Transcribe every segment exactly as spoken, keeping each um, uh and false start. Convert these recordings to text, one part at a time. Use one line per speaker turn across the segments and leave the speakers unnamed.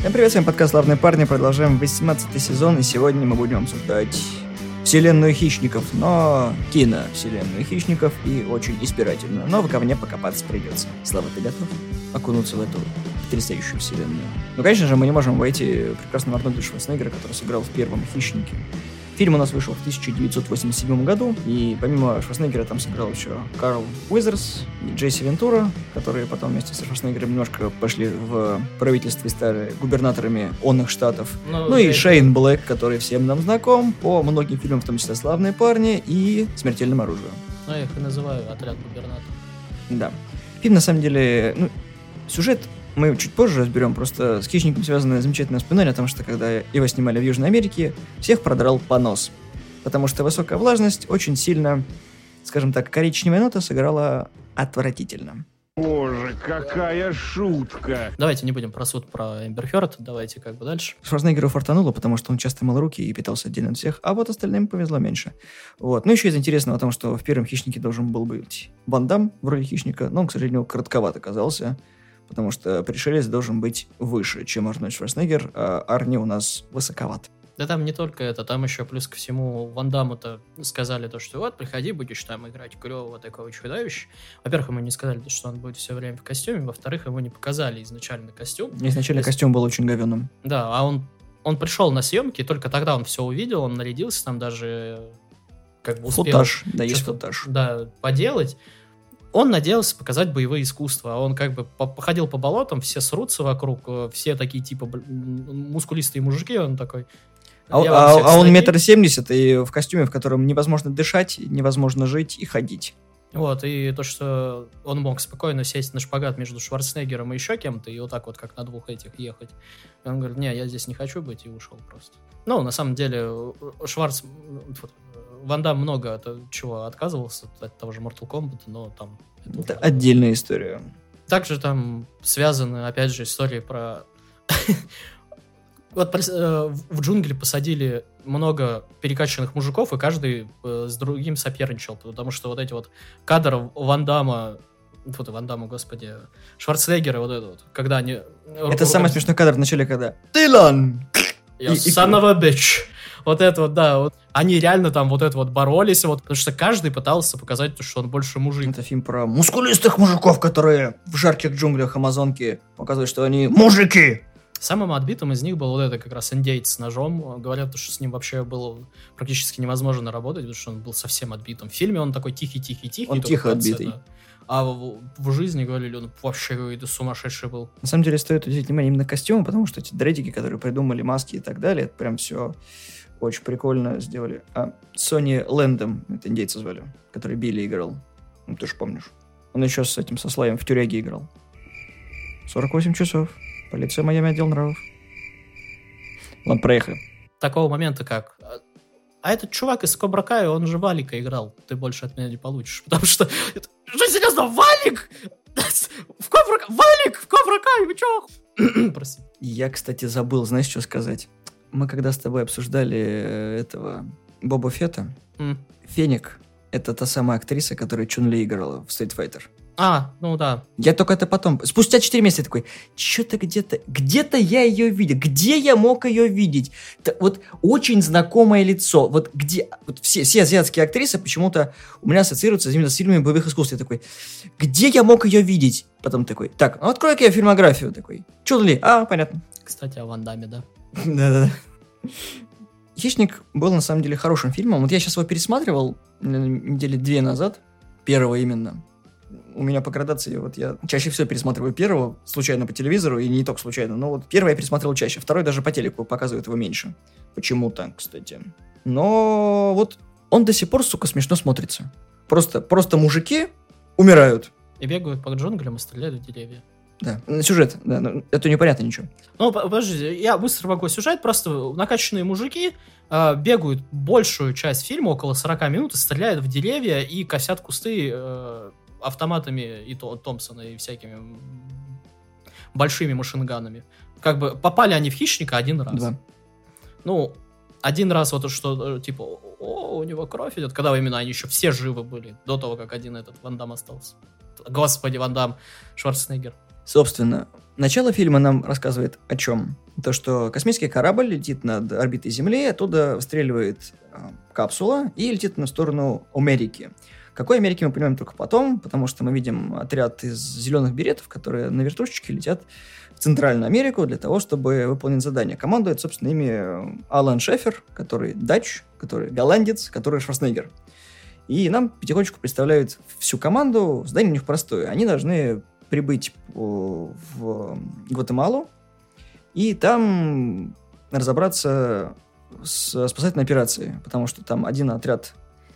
Всем привет, с вами подкаст «Славные парни». Продолжаем восемнадцатый сезон, и сегодня мы будем обсуждать вселенную хищников, но кино-вселенную хищников, и очень избирательную. Но в говне покопаться придется. Слава, ты готов окунуться в эту потрясающую вселенную? Ну, конечно же, мы не можем обойти прекрасного Арнольда Шварценеггера, который сыграл в первом «Хищнике». Фильм у нас вышел в тысяча девятьсот восемьдесят седьмом году, и помимо Шварценеггера там сыграл еще Карл Уизерс и Джейси Вентура, которые потом вместе со Шварценеггером немножко пошли в правительство и стали губернаторами онных штатов. Ну, ну и Шейн Блэк, который всем нам знаком по многим фильмам, в том числе «Славные парни» и «Смертельным оружием».
Ну, я их и называю «Отряд губернаторов».
Да. Фильм, на самом деле, ну, сюжет мы чуть позже разберем, просто с «Хищником» связано замечательное воспоминание о том, что когда его снимали в Южной Америке, всех продрал понос. Потому что высокая влажность очень сильно, скажем так, коричневая нота сыграла отвратительно.
Боже, какая шутка!
Давайте не будем про суд про Эмбер Хёрд, давайте как бы дальше.
Шварценеггеру фартануло, потому что он часто мыл руки и питался отдельно от всех, а вот остальным повезло меньше. Вот. Ну, еще из интересного о том, что в первом «Хищнике» должен был быть Ван Дамм в роли хищника, но он, к сожалению, коротковат оказался, потому что пришелец должен быть выше, чем Арнольд Шварценеггер, а Арни у нас высоковат.
Да там не только это, там еще плюс ко всему Ван Дамму-то сказали то, что вот, приходи, будешь там играть клевого такого чудовища. Во-первых, ему не сказали, что он будет все время в костюме, во-вторых, ему не показали изначально костюм.
Изначально
Если...
костюм был очень говенным.
Да, а он, он пришел на съемки, только тогда он все увидел, он нарядился там даже как бы успел...
Футаж, да, есть футаж.
Да, поделать. Он надеялся показать боевые искусства, а он как бы походил по болотам, все срутся вокруг, все такие типа мускулистые мужики, он такой...
А, а, а он метр семьдесят и в костюме, в котором невозможно дышать, невозможно жить и ходить.
Вот, и то, что он мог спокойно сесть на шпагат между Шварценеггером и еще кем-то, и вот так вот, как на двух этих, ехать. И он говорит, не, я здесь не хочу быть, и ушел просто. Ну, на самом деле, Шварц... Ван Дамм много от чего отказывался, от того же Mortal Kombat, но там...
Это, это отдельная история.
Также там связаны, опять же, истории про... Вот э, в джунгли посадили много перекачанных мужиков, и каждый э, с другим соперничал, потому что вот эти вот кадры Ван Дамма, вот Ван Дамма, господи, Шварценеггера, вот это вот, когда они...
Это самый смешной кадр в начале, когда Дилан!
Я son of a bitch! Вот это вот, да, вот. Они реально там вот это вот боролись, вот, потому что каждый пытался показать, что он больше мужик.
Это фильм про мускулистых мужиков, которые в жарких джунглях Амазонки показывают, что они мужики!
Самым отбитым из них был вот это как раз индейец с ножом. Говорят, что с ним вообще было практически невозможно работать, потому что он был совсем отбитым. В фильме он такой тихий-тихий-тихий.
Он тихо отбитый.
Да. А в, в жизни, говорили, он вообще какой-то сумасшедший был.
На самом деле стоит уделить внимание именно костюму, потому что эти дредики, которые придумали, маски и так далее, это прям все очень прикольно сделали. А Сони Лэндом, это индейца звали, который Билли играл. Ну, ты же помнишь. Он еще с этим, со Слаем в тюряге играл. сорок восемь часов. Полиция Майами, отдел нравов. Ладно, проехали.
Такого момента, как... А этот чувак из Кобра Кай, он же Валика играл. Ты больше от меня не получишь. Потому что... Что, серьезно, Валик? В Кобра Кай? Валик в Кобра Кай? Вы чё? Прости.
Я, кстати, забыл, знаешь, что сказать? Мы когда с тобой обсуждали этого Боба Фетта, mm. Феник — это та самая актриса, которая Чун-Ли играла в Street Fighter.
А, ну да.
Я только это потом... Спустя четыре месяца я такой, что-то где-то... Где-то я ее видел. Где я мог ее видеть? Это вот очень знакомое лицо. Вот где... Вот все, все азиатские актрисы почему-то у меня ассоциируются именно с фильмами боевых искусств. Я такой, где я мог ее видеть? Потом такой, так, ну открой-ка я фильмографию. Такой, Чун-Ли. А, понятно.
Кстати, о Ван Дамме, да?
Да-да-да. «Хищник» был на самом деле хорошим фильмом. Вот я сейчас его пересматривал недели две назад. Первого именно. У меня по градации, вот я чаще всего пересматриваю первого, случайно по телевизору, и не только случайно, но вот первый я пересматривал чаще, второй даже по телеку показывает его меньше. Почему-то, кстати. Но вот он до сих пор, сука, смешно смотрится. Просто, просто мужики умирают.
И бегают по джунглям и стреляют в деревья.
Да, сюжет, да, это непонятно ничего.
Ну, подожди, я быстро могу сюжет, просто накачанные мужики э, бегают большую часть фильма, около сорок минут, и стреляют в деревья и косят кусты э, автоматами и то, Томпсона и всякими большими машинганами. Как бы попали они в «Хищника» один раз.
Два.
Ну, один раз вот что, типа, о, у него кровь идет, когда именно они еще все живы были, до того, как один этот Ван Дамм остался. Господи, Ван Дамм, Шварценеггер.
Собственно, Начало фильма нам рассказывает о чем? То, что космический корабль летит над орбитой Земли, оттуда выстреливает э, капсула и летит на сторону Америки. Какой Америки мы понимаем только потом, потому что мы видим отряд из зеленых беретов, которые на вертушечке летят в Центральную Америку для того, чтобы выполнить задание. Командует, собственно, ими Алан Шефер, который дач, который голландец, который Шварценеггер. И нам потихонечку представляют всю команду. Задание у них простое. Они должны прибыть в Гватемалу и там разобраться с спасательной операцией, потому что там один отряд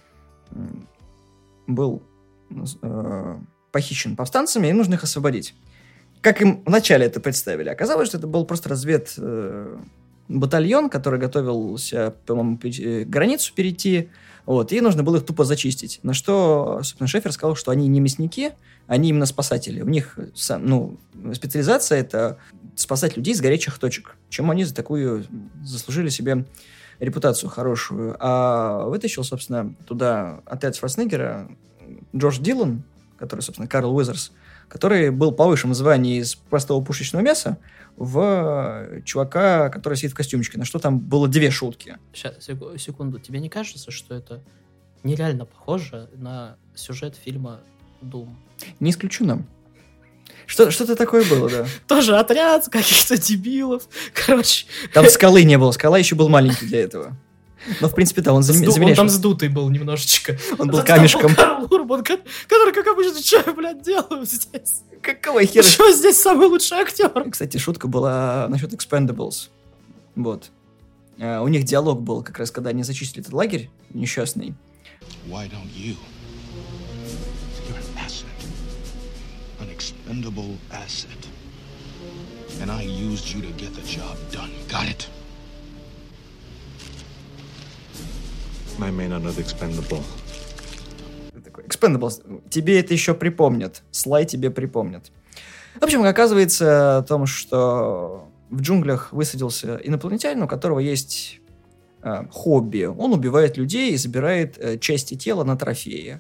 был э, похищен повстанцами, и нужно их освободить. Как им вначале это представили? Оказалось, что это был просто развед э, батальон, который готовился, по-моему, границу перейти, вот, и нужно было их тупо зачистить. На что, собственно, Шефер сказал, что они не мясники, они именно спасатели. У них ну, специализация – это спасать людей с горячих точек, чем они за такую заслужили себе репутацию хорошую. А вытащил, собственно, туда отряд Шварценеггера Джордж Дилан, который, собственно, Карл Уизерс, который был повыше в звании из простого пушечного мяса в чувака, который сидит в костюмчике. На что там было две шутки.
Сейчас, секунду. Тебе не кажется, что это нереально похоже на сюжет фильма «Doom»?
Не исключено. Что, что-то такое было, да.
Тоже отряд каких-то дебилов. Короче.
Там скалы не было. Скала еще был маленький для этого. Но, в принципе, да, он заменяет.
Он там сдутый был немножечко.
Он был камешком.
Карл Урбан, который, как обычно, что, блядь, делают здесь?
Какого хера?
Почему здесь самый лучший актер?
Кстати, шутка была насчет Expendables. Вот. Uh, у них диалог был, как раз, когда они зачистили этот лагерь несчастный. Why don't you? You're an asset. An expendable asset. And I used you to get the job done. Got it? My main another expendable. Expendables. Тебе это еще припомнят. Слай тебе припомнят. В общем, оказывается о том, что в джунглях высадился инопланетянин, у которого есть э, хобби. Он убивает людей и забирает э, части тела на трофеи.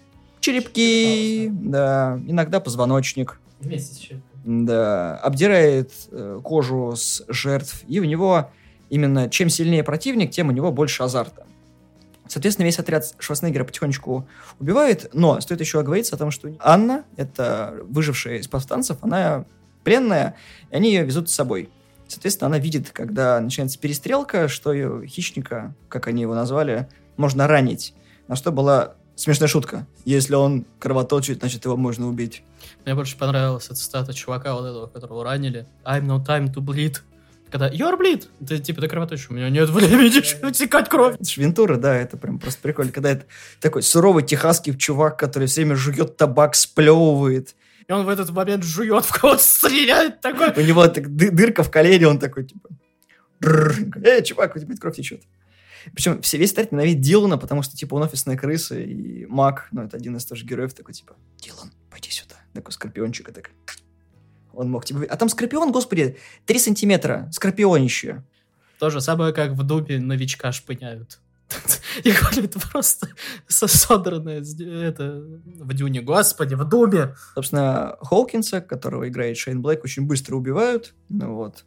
Черепки, да, иногда позвоночник.
Вместе с черепком.
Да, обдирает э, кожу с жертв. И у него именно чем сильнее противник, тем у него больше азарта. Соответственно, весь отряд Шварценеггера потихонечку убивает, но стоит еще оговориться о том, что Анна, это выжившая из повстанцев, она пленная, и они ее везут с собой. Соответственно, она видит, когда начинается перестрелка, что ее хищника, как они его назвали, можно ранить. На что была смешная шутка. Если он кровоточит, значит, его можно убить.
Мне больше понравилась цитата чувака, вот этого, которого ранили. I'm no time to bleed. Когда you're bleed, ты типа ты кровоточишь, у меня нет времени утекать кровь.
Вентура, да, это прям просто прикольно. Когда это такой суровый техасский чувак, который все время жует табак, сплевывает.
И он в этот момент жует, в кого-то стреляет такой.
У него так, ды- дырка в колене, он такой типа... Эй, чувак, у тебя кровь течет. Причем все, весь отряд ненавидит Дилана, потому что типа он офисная крыса, и Мак, ну это один из тоже героев, такой типа, Дилан, пойди сюда. Такой скорпиончик, и так... Он мог тебе... А там Скорпион, господи, три сантиметра, Скорпионище.
То же самое, как в Думе новичка шпыняют. Я говорю, это просто содранное это, в Дюне. Господи, в Думе.
Собственно, Хоукинса, которого играет Шейн Блэк, очень быстро убивают. Ну, вот.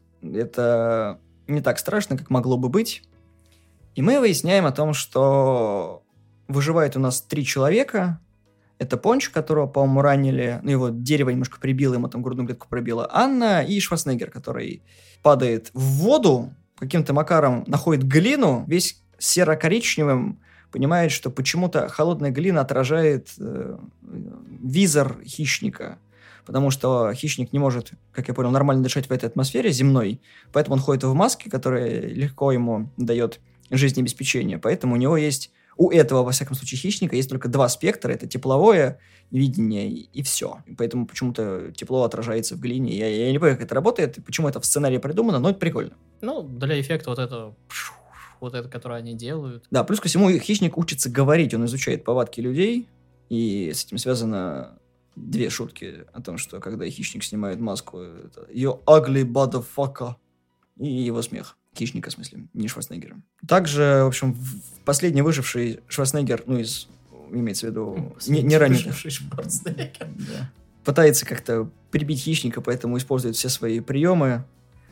Это не так страшно, как могло бы быть. И мы выясняем о том, что выживает у нас три человека. Это Понч, которого, по-моему, ранили. Ну, его дерево немножко прибило, ему там грудную клетку пробило. Анна и Шварценеггер, который падает в воду, каким-то макаром находит глину, весь серо-коричневым, понимает, что почему-то холодная глина отражает э, визор хищника. Потому что хищник не может, как я понял, нормально дышать в этой атмосфере земной. Поэтому он ходит в маске, которая легко ему дает жизнеобеспечение. Поэтому у него есть... У этого, во всяком случае, хищника есть только два спектра. Это тепловое видение и, и все. И поэтому почему-то тепло отражается в глине. Я, я не понимаю, как это работает, и почему это в сценарии придумано, но это прикольно.
Ну, для эффекта вот это, вот это, которое они делают.
Да, плюс ко всему хищник учится говорить, он изучает повадки людей, и с этим связано две шутки о том, что когда хищник снимает маску, это «You ugly motherfucker», и его смех. Хищника, в смысле, не Шварценеггера. Также, в общем, последний выживший Шварценеггер, ну, из, имеется в виду, не, не раненый.
Выживший Шварценеггер.
Да. пытается как-то прибить хищника, поэтому использует все свои приемы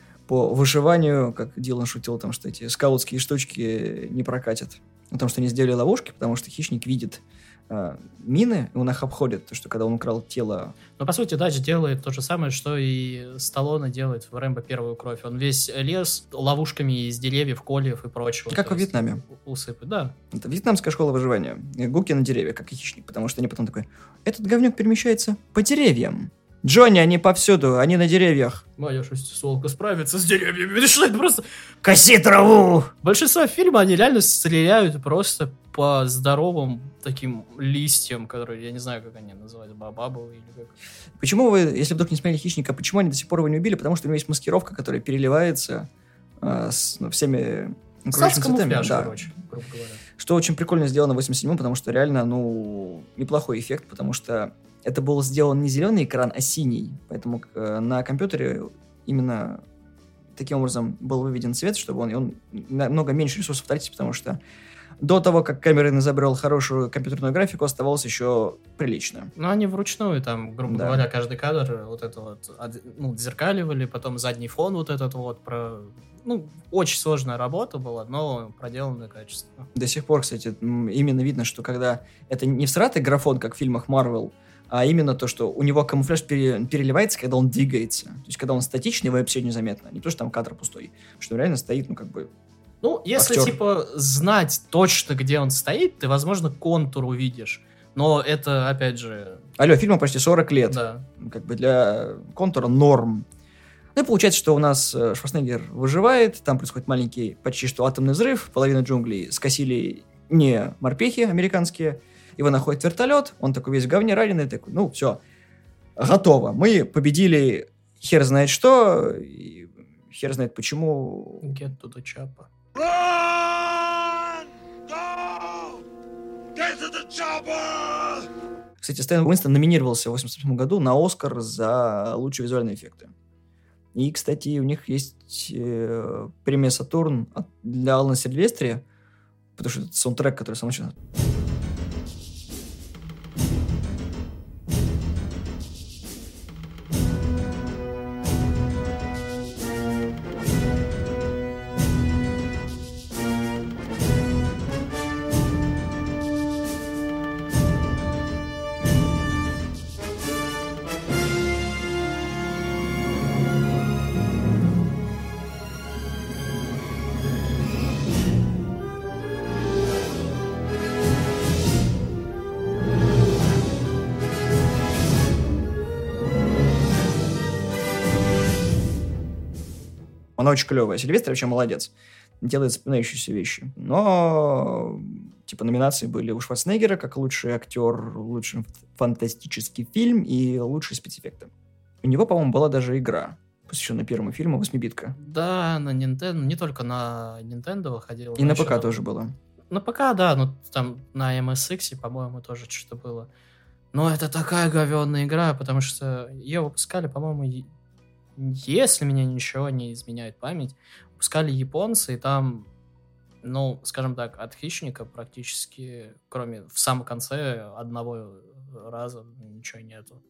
по выживанию, как Дилан шутил, там, что эти скаутские штучки не прокатят. Потому что они сделали ловушки, потому что хищник видит э, мины, и он их обходит. То, что когда он украл тело...
Но, по сути, Дач делает то же самое, что и Сталлоне делает в «Рэмбо. Первую кровь». Он весь лес ловушками из деревьев, кольев и прочего.
Как во Вьетнаме.
Усыпает, да.
Это вьетнамская школа выживания. Гуки на деревьях, как и хищник. Потому что они потом такой, этот говнюк перемещается по деревьям. Джонни, они повсюду, они на деревьях.
Моя шестисолка справится с деревьями. Что это просто...
Коси траву!
Большинство фильмов, они реально стреляют просто по здоровым таким листьям, которые, я не знаю, как они называют, бабабовые или как.
Почему вы, если вдруг не смотрели «Хищника», почему они до сих пор его не убили? Потому что у него есть маскировка, которая переливается э, с ну, всеми окружающими цветами. Да.
Короче, грубо говоря.
Что очень прикольно сделано в восемьдесят седьмом, потому что реально, ну, неплохой эффект, потому что это был сделан не зеленый экран, а синий. Поэтому э, на компьютере именно таким образом был выведен цвет, чтобы он, он намного меньше ресурсов тратить, потому что до того, как Кэмерон изобрел хорошую компьютерную графику, оставалось еще прилично.
Ну, они вручную, там, грубо
Да.
говоря, каждый кадр вот это вот, од- ну, зеркаливали, потом задний фон вот этот вот, про... Ну, очень сложная работа была, но проделанная качественно.
До сих пор, кстати, м, именно видно, что когда это не всратый графон, как в фильмах Marvel, а именно то, что у него камуфляж пере- переливается, когда он двигается. То есть, когда он статичный, его вообще незаметно. Не то, что там кадр пустой. Что он реально стоит, ну, как бы...
Ну, если,
Актер.
типа, знать точно, где он стоит, ты, возможно, контур увидишь. Но это, опять же...
Алло, фильму почти сорок лет.
Да.
Как бы для контура норм. Ну и получается, что у нас э, Шварценеггер выживает, там происходит маленький почти что атомный взрыв, половину джунглей скосили не морпехи американские, его находит вертолет, он такой весь в говне раненый, такой, ну все, готово, мы победили хер знает что, и хер знает почему.
Get to the chopper.
Run! Go! Get to the chopper!
Кстати, Стэн Уинстон номинировался в восемьдесят восьмом году на Оскар за лучшие визуальные эффекты. И, кстати, у них есть э, премия «Сатурн» от- для Алана Сильвестри, потому что это саундтрек, который сам начинает. Она очень клевая. Сильвестр вообще молодец. Делает запоминающиеся вещи. Но, типа, номинации были у Шварценеггера как лучший актер, лучший фантастический фильм и лучшие спецэффекты. У него, по-моему, была даже игра, посвященная первому фильму «Восьмибитка».
Да, на Nintendo, не только на Nintendo выходила.
И
но
на
еще
ПК
там-
тоже было.
На ПК, да, но там на эм эс икс, по-моему, тоже что-то было. Но это такая говенная игра, потому что ее выпускали, по-моему, е- если меня ничего не изменяет память, выпускали японцы, и там, ну, скажем так, от Хищника практически, кроме в самом конце одного раза, ничего нету.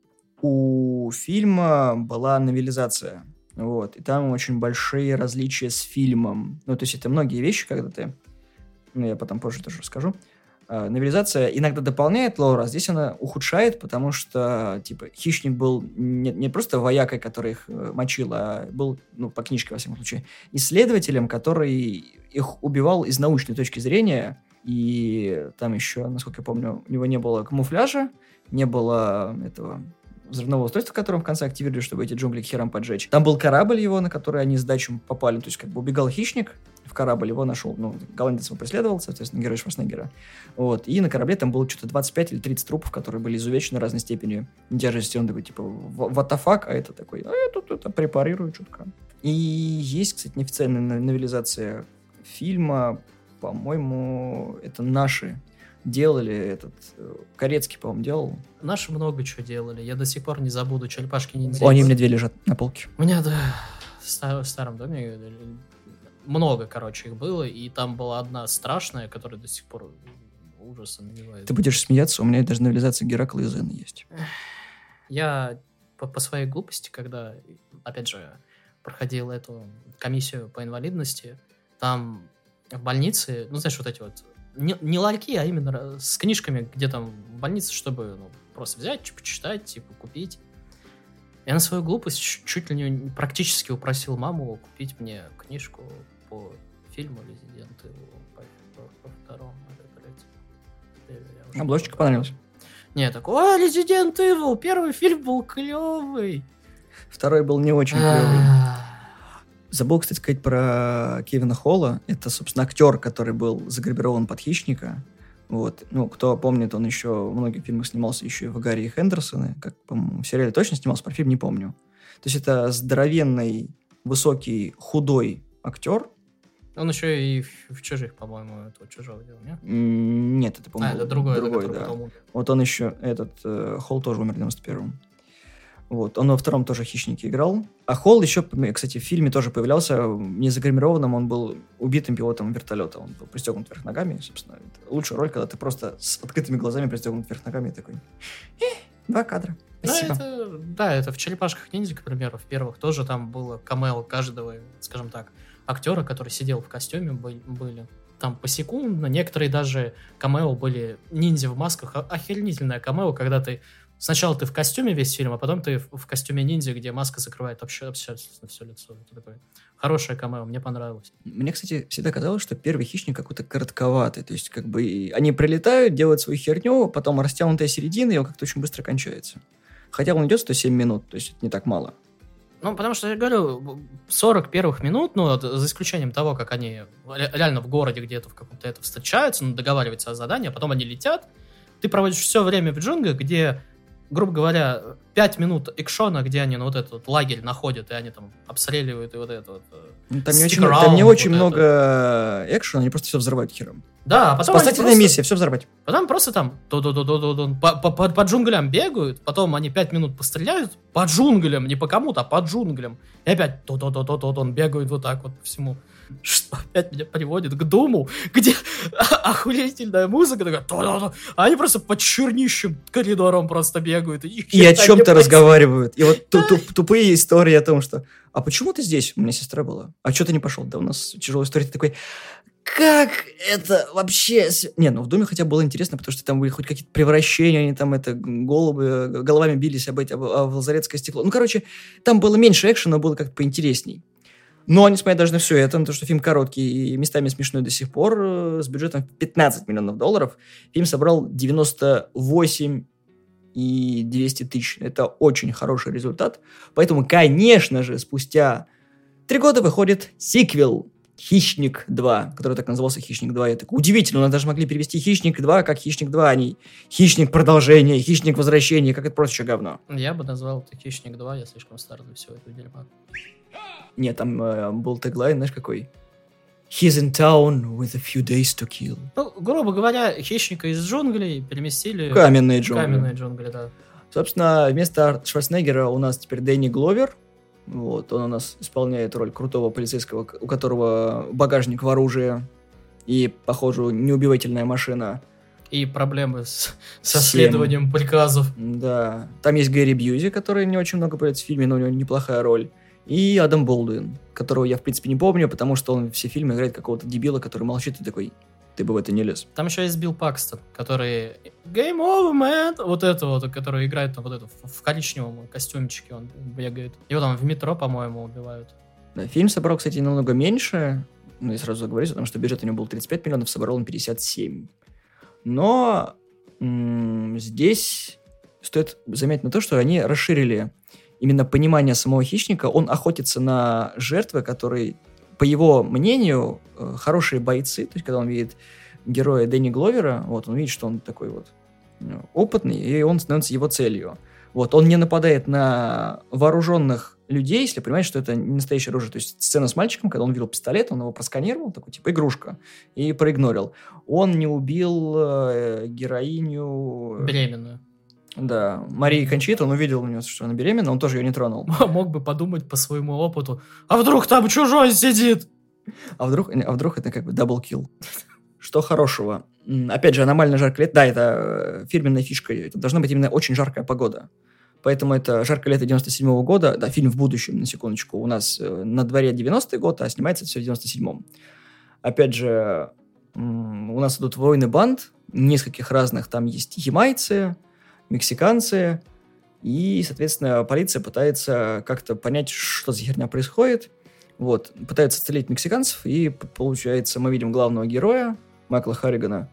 У фильма была новелизация. Вот. И там очень большие различия с фильмом. Ну, то есть это многие вещи, когда ты... Ну, я потом позже тоже расскажу. А, новелизация иногда дополняет лор, а здесь она ухудшает, потому что, типа, Хищник был не, не просто воякой, который их э, мочил, а был, ну, по книжке, во всяком случае, исследователем, который их убивал из научной точки зрения. И там еще, насколько я помню, у него не было камуфляжа, не было этого... взрывного устройства, которое в конце активировали, чтобы эти джунгли к херам поджечь. Там был корабль его, на который они с дачем попали. То есть, как бы убегал хищник в корабль, его нашел. Ну, голландец его преследовал, соответственно, герой Шварценеггера. Вот. И на корабле там было что-то двадцать пять или тридцать трупов, которые были изувечены разной степенью тяжести. Он такой, типа, what the fuck? А это такой, а я тут это препарирую чутка. И есть, кстати, неофициальная новелизация фильма. По-моему, это наши делали этот... Корецкий, по-моему, делал.
Наши много чего делали. Я до сих пор не забуду черепашки ниндзя.
О, они у меня две лежат на полке.
У меня, да, в ста- в старом доме много, короче, их было, и там была одна страшная, которая до сих пор ужаса навевает.
Ты будешь смеяться, у меня даже новелизация Геракла и Зена есть.
Я по, по своей глупости, когда, опять же, проходил эту комиссию по инвалидности, там в больнице, ну, знаешь, вот эти вот, не, не ларьки, а именно с книжками, где там в больнице, чтобы ну, просто взять, типа, почитать, типа, купить. Я на свою глупость чуть ли не практически упросил маму купить мне книжку по фильму «Резидент Evil», по, по, по второму.
Обложечка понравилась?
Не, такой, о, Resident Evil, первый фильм был клевый.
Второй был не очень клевый. Забыл, кстати, сказать про Кевина Холла. Это, собственно, актер, который был загримирован под хищника. Вот. Ну, кто помнит, он еще в многих фильмах снимался еще и в «Гарри и Хендерсоне». Как, по-моему, в сериале точно снимался, про фильм не помню. То есть это здоровенный, высокий, худой актер.
Он еще и в, в «Чужих», по-моему, этого «Чужого» делал, нет?
Нет, это, по-моему,
а, это другой,
другой
это,
да.
Потом...
Вот он еще, этот, э, Холл тоже умер в девяносто первом. Вот, он во втором тоже «Хищнике» играл. А Холл еще, кстати, в фильме тоже появлялся не загримированным, он был убитым пилотом вертолета. Он был пристегнут вверх ногами, собственно. Это лучшая роль, когда ты просто с открытыми глазами пристегнут вверх ногами и такой... Э, два кадра. Спасибо.
Да это, да, это в «Черепашках ниндзя», к примеру, в первых тоже там было камео каждого, скажем так, актера, который сидел в костюме, были. Там посекундно, некоторые даже камео были ниндзя в масках. Охренительное камео, когда ты сначала ты в костюме весь фильм, а потом ты в костюме ниндзя, где маска закрывает вообще абсолютно все лицо. Это такое хорошее камео, мне понравилось.
Мне, кстати, всегда казалось, что первый «Хищник» какой-то коротковатый. То есть, как бы, они прилетают, делают свою херню, потом растянутая середина, и он как-то очень быстро кончается. Хотя он идет сто семь минут, то есть это не так мало.
Ну, потому что, я говорю, сорок первых минут, ну, за исключением того, как они реально в городе где-то в каком-то это встречаются, ну, договариваются о задании, а потом они летят, ты проводишь все время в джунглях, где, грубо говоря, пять минут экшона, где они, ну, вот этот вот лагерь находят, и они там обстреливают, и вот это вот...
Ну, там не очень, там не очень вот много это. Экшена, они просто все взрывают хером.
Да, а потом
спасательная просто... миссия, все взорвать.
Потом просто там по, по, по, по джунглям бегают, потом они пять минут постреляют по джунглям, не по кому-то, а по джунглям. И опять то-то-то-то-то-то бегают вот так вот по всему. Что опять меня приводит к Думу, где охуительная музыка такая, то-то-то. А они просто по чернищим коридорам просто бегают. И,
и о чем-то разговаривают. И вот тупые истории о том, что а почему ты здесь? У меня сестра была. А что ты не пошел? Да у нас тяжелая история. Ты такой... Как это вообще... Не, ну в Доме хотя бы было интересно, потому что там были хоть какие-то превращения, они там это голубы, головами бились об, эти, об, об лазаретское стекло. Ну, короче, там было меньше экшена, было как-то поинтересней. Но, несмотря даже на все это, на то, что фильм короткий и местами смешной до сих пор, с бюджетом пятнадцать миллионов долларов, фильм собрал девяносто восемь и двести тысяч. Это очень хороший результат. Поэтому, конечно же, спустя три года выходит сиквел «Хищник два», который так назывался «Хищник два». Я такой, удивительно, у нас даже могли перевести «Хищник два» как «Хищник два», а не «Хищник продолжение», «Хищник возвращение», как это просто еще говно.
Я бы назвал это «Хищник два», я слишком стар для всего этого дерьма.
Нет, там э, был теглайн, знаешь, какой? «He's in town with a few days to kill».
Ну, грубо говоря, «Хищника» из джунглей переместили...
Каменные джунгли.
Каменные джунгли, да.
Собственно, вместо Шварценеггера у нас теперь Дэнни Гловер. Вот, он у нас исполняет роль крутого полицейского, у которого багажник в оружии и, похоже, неубивательная машина.
И проблемы с, со следованием приказов.
Да. Там есть Гэри Бьюзи, который не очень много появляется в фильме, но у него неплохая роль. И Адам Болдуин, которого я, в принципе, не помню, потому что он все фильмы играет какого-то дебила, который молчит и такой... Ты бы в это не лез.
Там еще есть Билл Пакстон, который... Game over, man! Вот это вот, который играет там вот это в коричневом костюмчике, он бегает. Его там в метро, по-моему, убивают.
Да, фильм собрал, кстати, намного меньше. Ну, я сразу оговорюсь, потому что бюджет у него был тридцать пять миллионов, собрал он пятьдесят семь. Но м- здесь стоит заметить на то, что они расширили именно понимание самого хищника. Он охотится на жертвы, которые... По его мнению, хорошие бойцы, то есть, когда он видит героя Дэнни Гловера, вот, он видит, что он такой вот опытный, и он становится его целью. Вот, он не нападает на вооруженных людей, если понимает, что это не настоящее оружие. То есть, сцена с мальчиком, когда он увидел пистолет, он его просканировал, такой, типа, игрушка, и проигнорил. Он не убил э, героиню...
Беременную.
Да, Мария Кончита, он увидел у нее, что она беременна, он тоже ее не тронул.
Мог бы подумать по своему опыту, а вдруг там чужой сидит?
А вдруг, а вдруг это как бы даблкилл? Что хорошего? Опять же, аномально жарко лет. Да, это фирменная фишка. Это должна быть именно очень жаркая погода. Поэтому это «Жаркое лето» девяносто седьмого года. Да, фильм в будущем, на секундочку. У нас э, на дворе девяностый год, а снимается все в девяносто седьмом. Опять же, м- у нас идут войны банд, нескольких разных. Там есть ямайцы, мексиканцы. И, соответственно, полиция пытается как-то понять, что за херня происходит. Вот. Пытается стрелять мексиканцев. И, получается, мы видим главного героя, Майкла Харригана.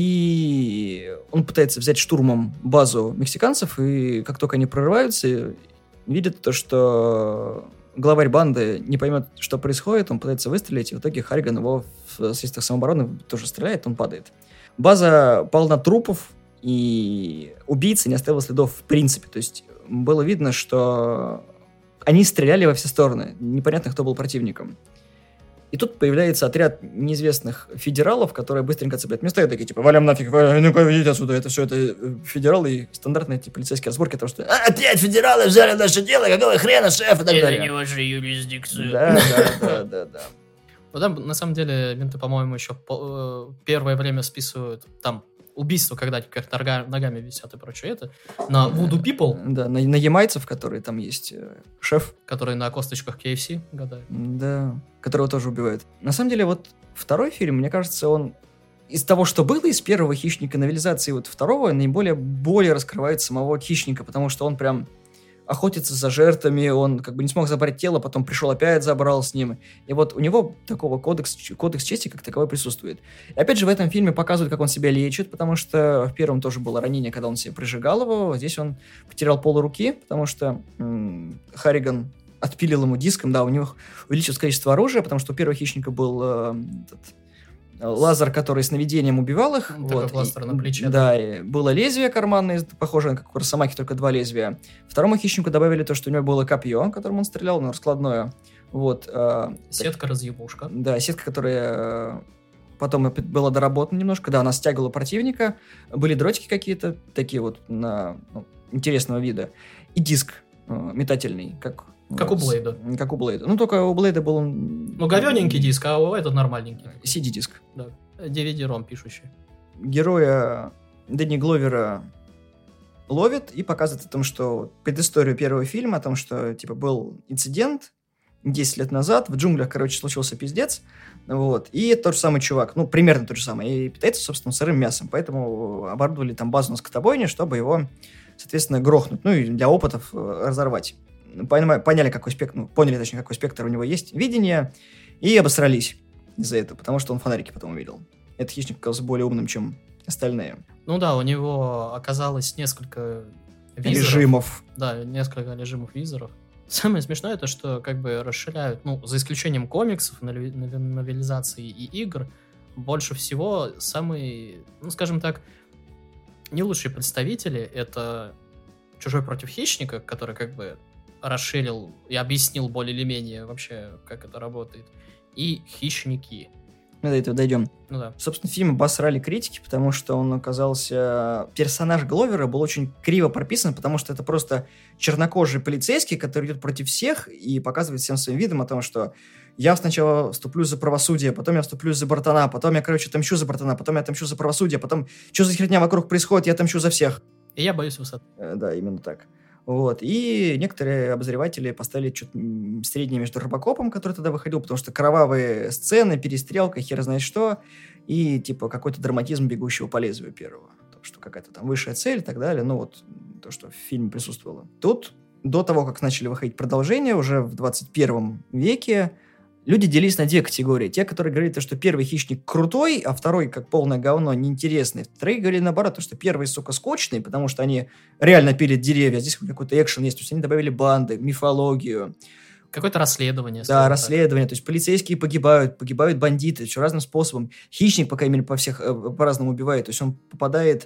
И он пытается взять штурмом базу мексиканцев, и как только они прорываются, видят то, что главарь банды не поймет, что происходит, он пытается выстрелить, и в итоге Харриган его в средствах самообороны тоже стреляет, он падает. База полна трупов, и убийца не оставил следов в принципе. То есть было видно, что они стреляли во все стороны, непонятно, кто был противником. И тут появляется отряд неизвестных федералов, которые быстренько цепляют места и такие, типа, валям нафиг, ну-ка, идите отсюда, это все, это федералы и стандартные эти полицейские разборки, потому что а, опять федералы взяли наше дело, какого хрена, шеф, и так далее.
Это не ваша юрисдикция.
Да, да, да, да, да.
Ну, там, на самом деле, менты, по-моему, еще по- первое время списывают, там, убийства, когда как нога- ногами висят и прочее, это на Voodoo People.
Да, на, на ямайцев, которые там есть э, шеф.
Которые на косточках кей эф си гадают.
Да, которого тоже убивают. На самом деле, вот второй фильм, мне кажется, он из того, что было из первого «Хищника», новелизации вот второго, наиболее более раскрывает самого хищника, потому что он прям охотится за жертвами, он как бы не смог забрать тело, потом пришел опять, забрал с ним. И вот у него такого кодекс, кодекс чести как таковой присутствует. И опять же в этом фильме показывают, как он себя лечит, потому что в первом тоже было ранение, когда он себе прижигал его. Здесь он потерял пол руки, потому что м- Харриган отпилил ему диском, да, у него увеличилось количество оружия, потому что у первого хищника был э, этот, лазер, который с наведением убивал их.
Такой
вот,
пластырь на плече.
Да, и было лезвие карманное, похожее как у Росомахи, только два лезвия. Второму хищнику добавили то, что у него было копье, которым он стрелял, но раскладное. Вот, э,
Сетка разъебушка.
Да, сетка, которая э, потом была доработана немножко. Да, она стягивала противника. Были дротики какие-то, такие вот на, ну, интересного вида. И диск э, метательный, как...
Как у Блейда.
Как у Блейда. Ну, только у Блейда был он...
Ну, говененький диск, а у этот нормальненький.
си ди-диск.
Да. ди ви ди-ром пишущий.
Героя Дэнни Гловера ловят и показывают о том, что предысторию первого фильма, о том, что, типа, был инцидент десять лет назад, в джунглях, короче, случился пиздец, вот, и тот же самый чувак, ну, примерно тот же самый, и питается, собственно, сырым мясом, поэтому оборудовали там базу на скотобойне, чтобы его, соответственно, грохнуть, ну, и для опытов э, разорвать. Поняли, какой спектр, ну, поняли, точнее, какой спектр у него есть видение, и обосрались из-за этого, потому что он фонарики потом увидел. Этот хищник оказался более умным, чем остальные.
Ну да, у него оказалось несколько визоров.
Режимов.
Да, несколько режимов визоров. Самое смешное, то, что как бы расширяют, ну, за исключением комиксов, нови- нови- новелизаций и игр, больше всего самые, ну, скажем так, не лучшие представители — это «Чужой против хищника», который как бы расширил и объяснил более или менее вообще, как это работает, и «Хищники».
Мы до этого дойдем.
Ну да.
Собственно, фильм обосрали критики, потому что он оказался... Персонаж Гловера был очень криво прописан, потому что это просто чернокожий полицейский, который идет против всех и показывает всем своим видом о том, что я сначала вступлю за правосудие, потом я вступлю за братана, потом я, короче, отомщу за братана, потом я отомщу за правосудие, потом что за херня вокруг происходит, я отомщу за всех.
И я боюсь высоты.
Э, Да, именно так. Вот. И некоторые обозреватели поставили что-то среднее между Робокопом, который тогда выходил, потому что кровавые сцены, перестрелка, хер знает что, и типа какой-то драматизм бегущего по лезвию первого. То, что какая-то там высшая цель и так далее. Ну вот, то, что в фильме присутствовало. Тут, до того, как начали выходить продолжения, уже в двадцать первом веке, люди делились на две категории. Те, которые говорили, что первый хищник крутой, а второй, как полное говно, неинтересный. Вторые говорили наоборот, что первый, сука, скучный, потому что они реально пилят деревья. Здесь какой-то экшен есть. То есть они добавили банды, мифологию.
Какое-то расследование.
Да, расследование. То есть полицейские погибают, погибают бандиты, еще разным способом. Хищник, по крайней мере, по всех по-разному убивает. То есть он попадает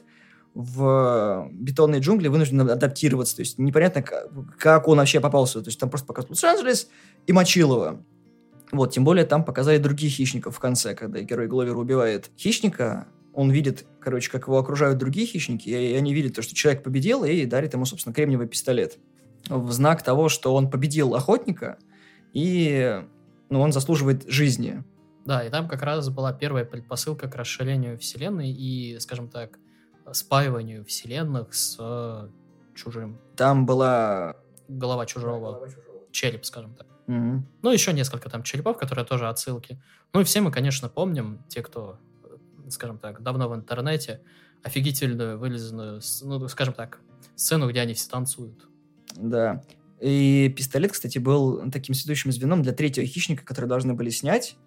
в бетонные джунгли, вынужден адаптироваться. То есть непонятно, как он вообще попался. То есть там просто показывают Лос-Анджелес и мочил его. Вот, тем более там показали других хищников в конце, когда герой Гловера убивает хищника, он видит, короче, как его окружают другие хищники, и они видят то, что человек победил, и дарит ему, собственно, кремниевый пистолет. В знак того, что он победил охотника, и ну, он заслуживает жизни.
Да, и там как раз была первая предпосылка к расширению вселенной и, скажем так, спаиванию вселенных с чужим.
Там была...
Голова чужого. Череп, скажем так.
Угу.
Ну, еще несколько там черепов, которые тоже отсылки. Ну, и все мы, конечно, помним, те, кто, скажем так, давно в интернете, офигительную, вылизанную, ну, скажем так, сцену, где они все танцуют.
Да. И «Пистолет», кстати, был таким следующим звеном для третьего «Хищника», который должны были снять.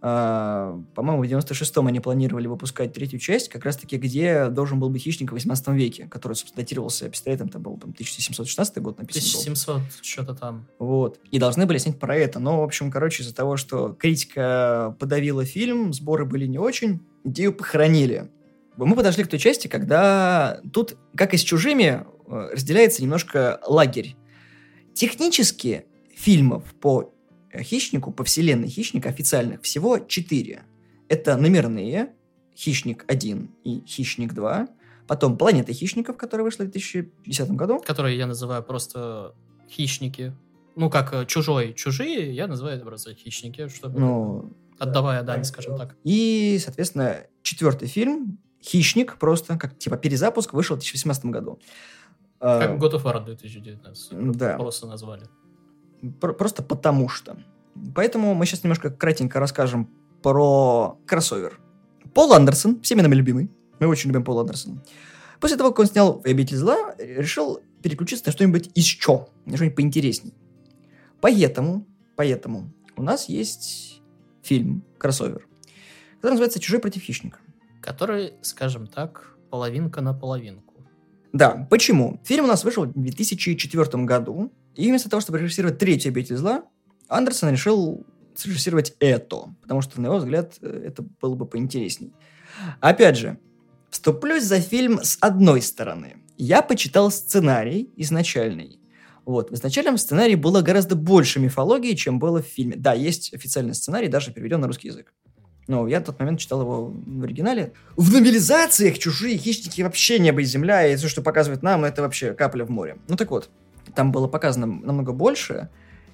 А, по-моему, в девяносто шестом они планировали выпускать третью часть, как раз-таки, где должен был быть «Хищник» в восемнадцатом веке, который, собственно, датировался «Пистолетом», там был там, тысяча семьсот шестнадцатый год написан.
тысяча семьсот, что-то там.
Вот. И должны были снять про это. Но, в общем, короче, из-за того, что критика подавила фильм, сборы были не очень, идею похоронили. Мы подошли к той части, когда тут, как и с «Чужими», разделяется немножко лагерь. Технически фильмов по «Хищнику», по вселенной «Хищника» официальных всего четыре. Это номерные «Хищник один» и «Хищник два». Потом «Планета хищников», которая вышла в две тысячи десятом году.
Которые я называю просто «Хищники». Ну, как «Чужой», «Чужие», я называю это просто «Хищники», чтобы
Ну,
отдавая дань, скажем так.
И, соответственно, четвертый фильм «Хищник», просто как типа перезапуск, вышел в две тысячи восемнадцатом году.
Как God of War две тысячи девятнадцатый.
Да.
Просто назвали.
Про- просто потому что. Поэтому мы сейчас немножко кратенько расскажем про кроссовер. Пол Андерсон, всеми нами любимый. Мы очень любим Пола Андерсона. После того, как он снял «Обитель зла», решил переключиться на что-нибудь еще, на что-нибудь поинтересней. Поэтому, поэтому у нас есть фильм «Кроссовер», который называется «Чужой против хищника».
Который, скажем так, половинка на половинку.
Да, почему? Фильм у нас вышел в две тысячи четвёртом году, и вместо того, чтобы режиссировать третью «Обитель зла», Андерсон решил срежиссировать это, потому что, на его взгляд, это было бы поинтересней. Опять же, вступлюсь за фильм с одной стороны. Я почитал сценарий изначальный. Вот, в изначальном сценарии было гораздо больше мифологии, чем было в фильме. Да, есть официальный сценарий, даже переведен на русский язык. Но я в тот момент читал его в оригинале. В новелизациях «Чужие хищники» вообще небо и земля, и все, что показывают нам, это вообще капля в море. Ну так вот, там было показано намного больше,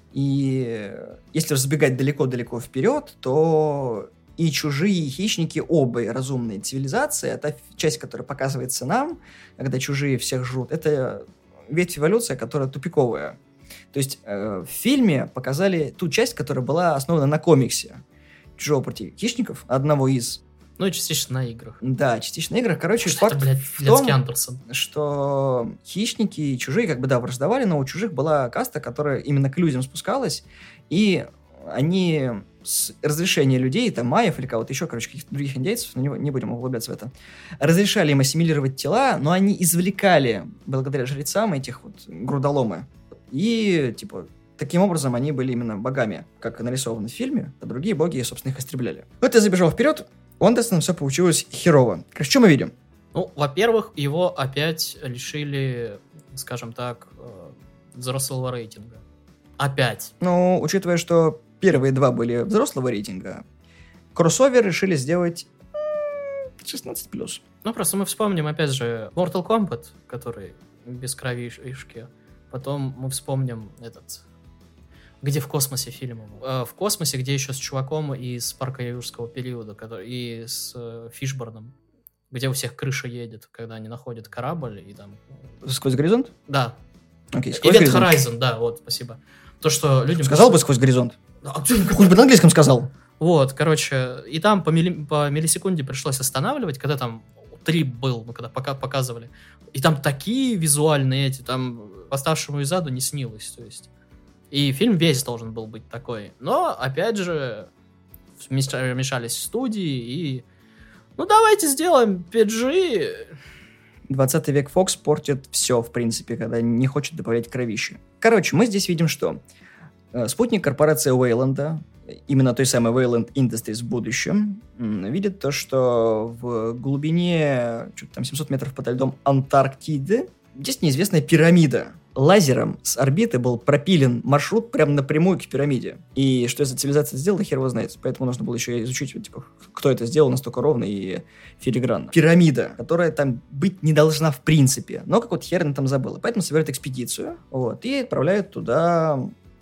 и если разбегать далеко-далеко вперед, то и «Чужие хищники» оба разумные цивилизации, а та часть, которая показывается нам, когда чужие всех жрут, это ветвь эволюции, которая тупиковая. То есть э, в фильме показали ту часть, которая была основана на комиксе «Чужого против хищников», одного из.
Ну и частично на играх.
Да, частично на играх. Короче,
Что
факт
это, блядь,
в том,
Андерсон.
что хищники и чужие как бы, да, враждовали, но у чужих была каста, которая именно к людям спускалась, и они с разрешения людей, там, майев или кого-то еще, короче, каких-то других индейцев, но не, не будем углубляться в это, разрешали им ассимилировать тела, но они извлекали, благодаря жрецам, этих вот грудоломы. И, типа, таким образом они были именно богами, как нарисовано в фильме, а другие боги, собственно, их истребляли. Вот я забежал вперед, у Андерсона все получилось херово. Короче, что мы видим?
Ну, во-первых, его опять лишили, скажем так, взрослого рейтинга. Опять.
Ну, учитывая, что первые два были взрослого рейтинга, кроссовер решили сделать шестнадцать плюс.
Ну, просто мы вспомним, опять же, Mortal Kombat, который без кровишки. Потом мы вспомним этот... Где в космосе фильм? Э, в космосе, где еще с чуваком из парка юрского периода, который, и с э, Фишборном, где у всех крыша едет, когда они находят корабль и там...
Сквозь горизонт?
Да.
Окей, сквозь
Event
горизонт.
Horizon, да, вот, спасибо. То, что людям...
Сказал бы сквозь горизонт.
А,
Хоть бы на английском сказал.
Вот, короче, и там по, милли... по миллисекунде пришлось останавливать, когда там трип был, ну, когда пока показывали. И там такие визуальные эти, там восставшему из аду не снилось, то есть. И фильм весь должен был быть такой. Но, опять же, вмешались студии и... Ну, давайте сделаем пи джи.
двадцатый век Fox портит все, в принципе, когда не хочет добавлять кровищи. Короче, мы здесь видим что? Спутник корпорации Уэйланда, именно той самой Wayland Industries в будущем, видит то, что в глубине что-то там семьсот метров подо льдом Антарктиды есть неизвестная пирамида. Лазером с орбиты был пропилен маршрут прямо напрямую к пирамиде. И что эта цивилизация сделала, хер его знает. Поэтому нужно было еще изучить, типа, кто это сделал настолько ровно и филигранно. Пирамида, которая там быть не должна в принципе. Но какой-то хер она там забыла. Поэтому собирают экспедицию, вот, и отправляют туда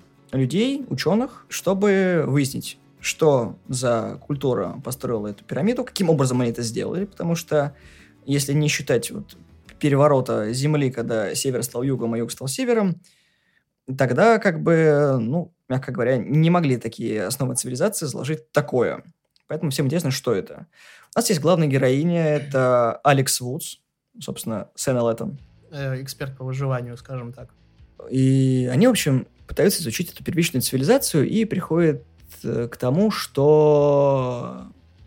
людей, ученых, чтобы выяснить, что за культура построила эту пирамиду, каким образом они это сделали. Потому что, если не считать вот переворота Земли, когда север стал югом, а юг стал севером, тогда, как бы, ну, мягко говоря, не могли такие основы цивилизации заложить такое. Поэтому всем интересно, что это. У нас есть главная героиня, это Алекс Вудс, собственно, Сэм Эллеттон.
Э, эксперт по выживанию, скажем так.
И они, в общем, пытаются изучить эту первичную цивилизацию и приходят э, к тому, что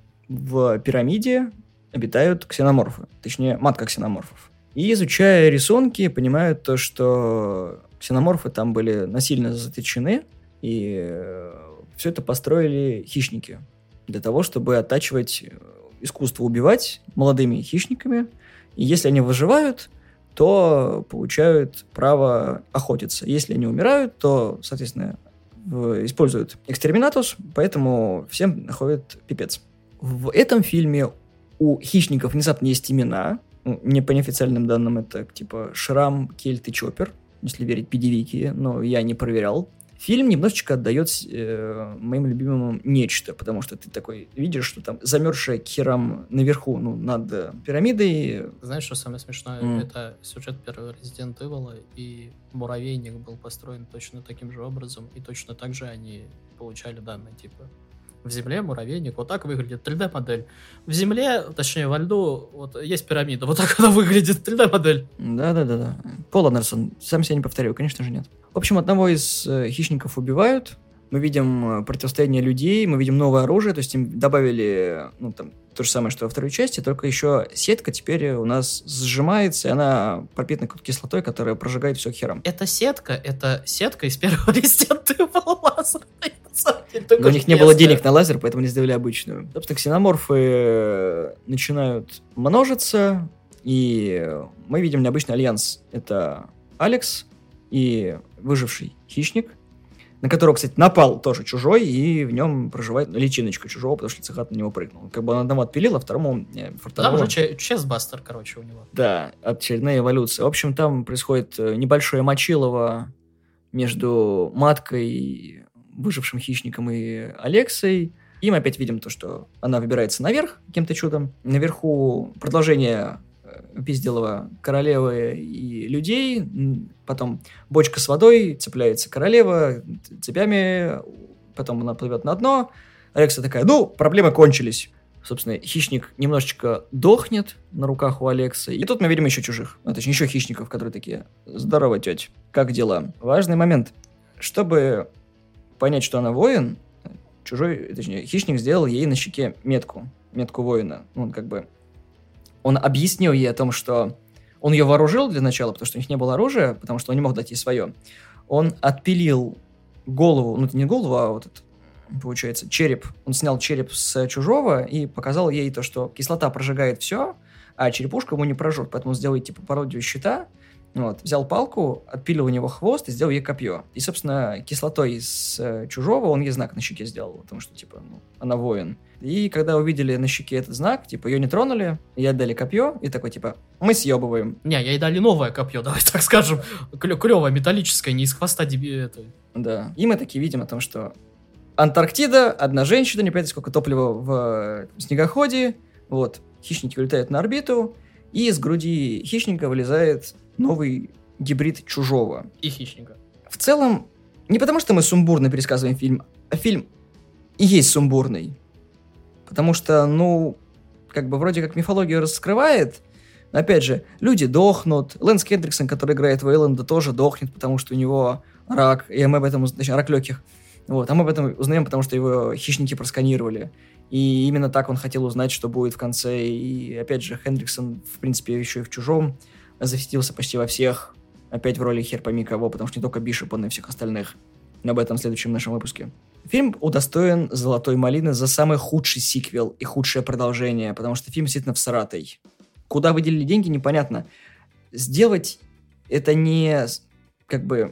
в пирамиде обитают ксеноморфы, точнее, матка ксеноморфов. И, изучая рисунки, понимают то, что ксеноморфы там были насильно заточены, и э, все это построили хищники для того, чтобы оттачивать искусство убивать молодыми хищниками. И если они выживают, то получают право охотиться. Если они умирают, то, соответственно, в, используют экстерминатус, поэтому всем находит пипец. В этом фильме у хищников внезапно есть имена. Ну, не по неофициальным данным, это типа Шрам, Кельт и Чоппер, если верить пидивики, но я не проверял. Фильм немножечко отдает э, моим любимым нечто, потому что ты такой видишь, что там замерзшая к херам наверху, ну, над э, пирамидой.
Знаешь, что самое смешное?
Mm.
Это сюжет первого Resident Evil, и муравейник был построен точно таким же образом, и точно так же они получали данные, типа, в земле муравейник, вот так выглядит три дэ-модель. В земле, точнее, во льду, вот есть пирамида, вот так она выглядит, три дэ-модель.
Да-да-да. Пол Андерсон, сам себя не повторю, конечно же, нет. В общем, одного из э, хищников убивают, мы видим противостояние людей, мы видим новое оружие, то есть им добавили, ну, там, то же самое, что во второй части, только еще сетка теперь у нас сжимается, и она пропитана какой-то кислотой, которая прожигает все к херам.
Это сетка, это сетка из первого Resident Evil лазерной.
Но у них не было денег на лазер, поэтому они сделали обычную. Собственно, ксеноморфы начинают множиться, и мы видим необычный альянс. Это Алекс и выживший хищник, на которого, кстати, напал тоже чужой, и в нем проживает личиночка чужого, потому что Лицехат на него прыгнул. Как бы он одному отпилил, а второму фартануло.
Там уже честбастер, короче, у него.
Да, очередная эволюция. В общем, там происходит небольшое мочилово между маткой, выжившим хищником и Алексой. И мы опять видим то, что она выбирается наверх каким-то чудом. Наверху продолжение пизделова королевы и людей. Потом бочка с водой, цепляется королева цепями, потом она плывет на дно. Алекса такая, ну, проблемы кончились. Собственно, хищник немножечко дохнет на руках у Алекса. И тут мы видим еще чужих. Ну, точнее, еще хищников, которые такие, здорово, тетя, как дела? Важный момент. Чтобы понять, что она воин, чужой, точнее, хищник сделал ей на щеке метку. Метку воина. Он как бы... Он объяснил ей о том, что он ее вооружил для начала, потому что у них не было оружия, потому что он не мог дать ей свое. Он отпилил голову, ну, это не голову, а вот этот, получается, череп. Он снял череп с чужого и показал ей то, что кислота прожигает все, а черепушка ему не прожжет. Поэтому он сделал типа пародию щита. Вот, взял палку, отпилил у него хвост и сделал ей копье. И, собственно, кислотой с э, чужого он ей знак на щеке сделал, потому что, типа, ну, она воин. И когда увидели на щеке этот знак, типа, ее не тронули, ей отдали копье, и такой, типа, мы съебываем.
Не, ей дали новое копье, давай так скажем. Клё- клевое, металлическое, не из хвоста деби... это.
Да. И мы такие видим о том, что Антарктида, одна женщина, не понятно сколько топлива в снегоходе, вот, хищники улетают на орбиту, и из груди хищника вылезает новый гибрид чужого.
И хищника.
В целом, не потому что мы сумбурно пересказываем фильм, а фильм и есть сумбурный. Потому что, ну, как бы вроде как мифологию раскрывает, но опять же, люди дохнут. Лэнс Кендриксон, который играет Вейланда, тоже дохнет, потому что у него рак, и мы об этом, точнее, рак легких. Вот, а мы об этом узнаем, потому что его хищники просканировали. И именно так он хотел узнать, что будет в конце. И опять же, Хендриксон, в принципе, еще и в «Чужом» засветился почти во всех, опять в роли хер пойми кого, потому что не только Бишопа, но и всех остальных. Но об этом в следующем нашем выпуске. Фильм удостоен «Золотой малины» за самый худший сиквел и худшее продолжение, потому что фильм действительно всратый. Куда выделили деньги, непонятно. Сделать это не как бы...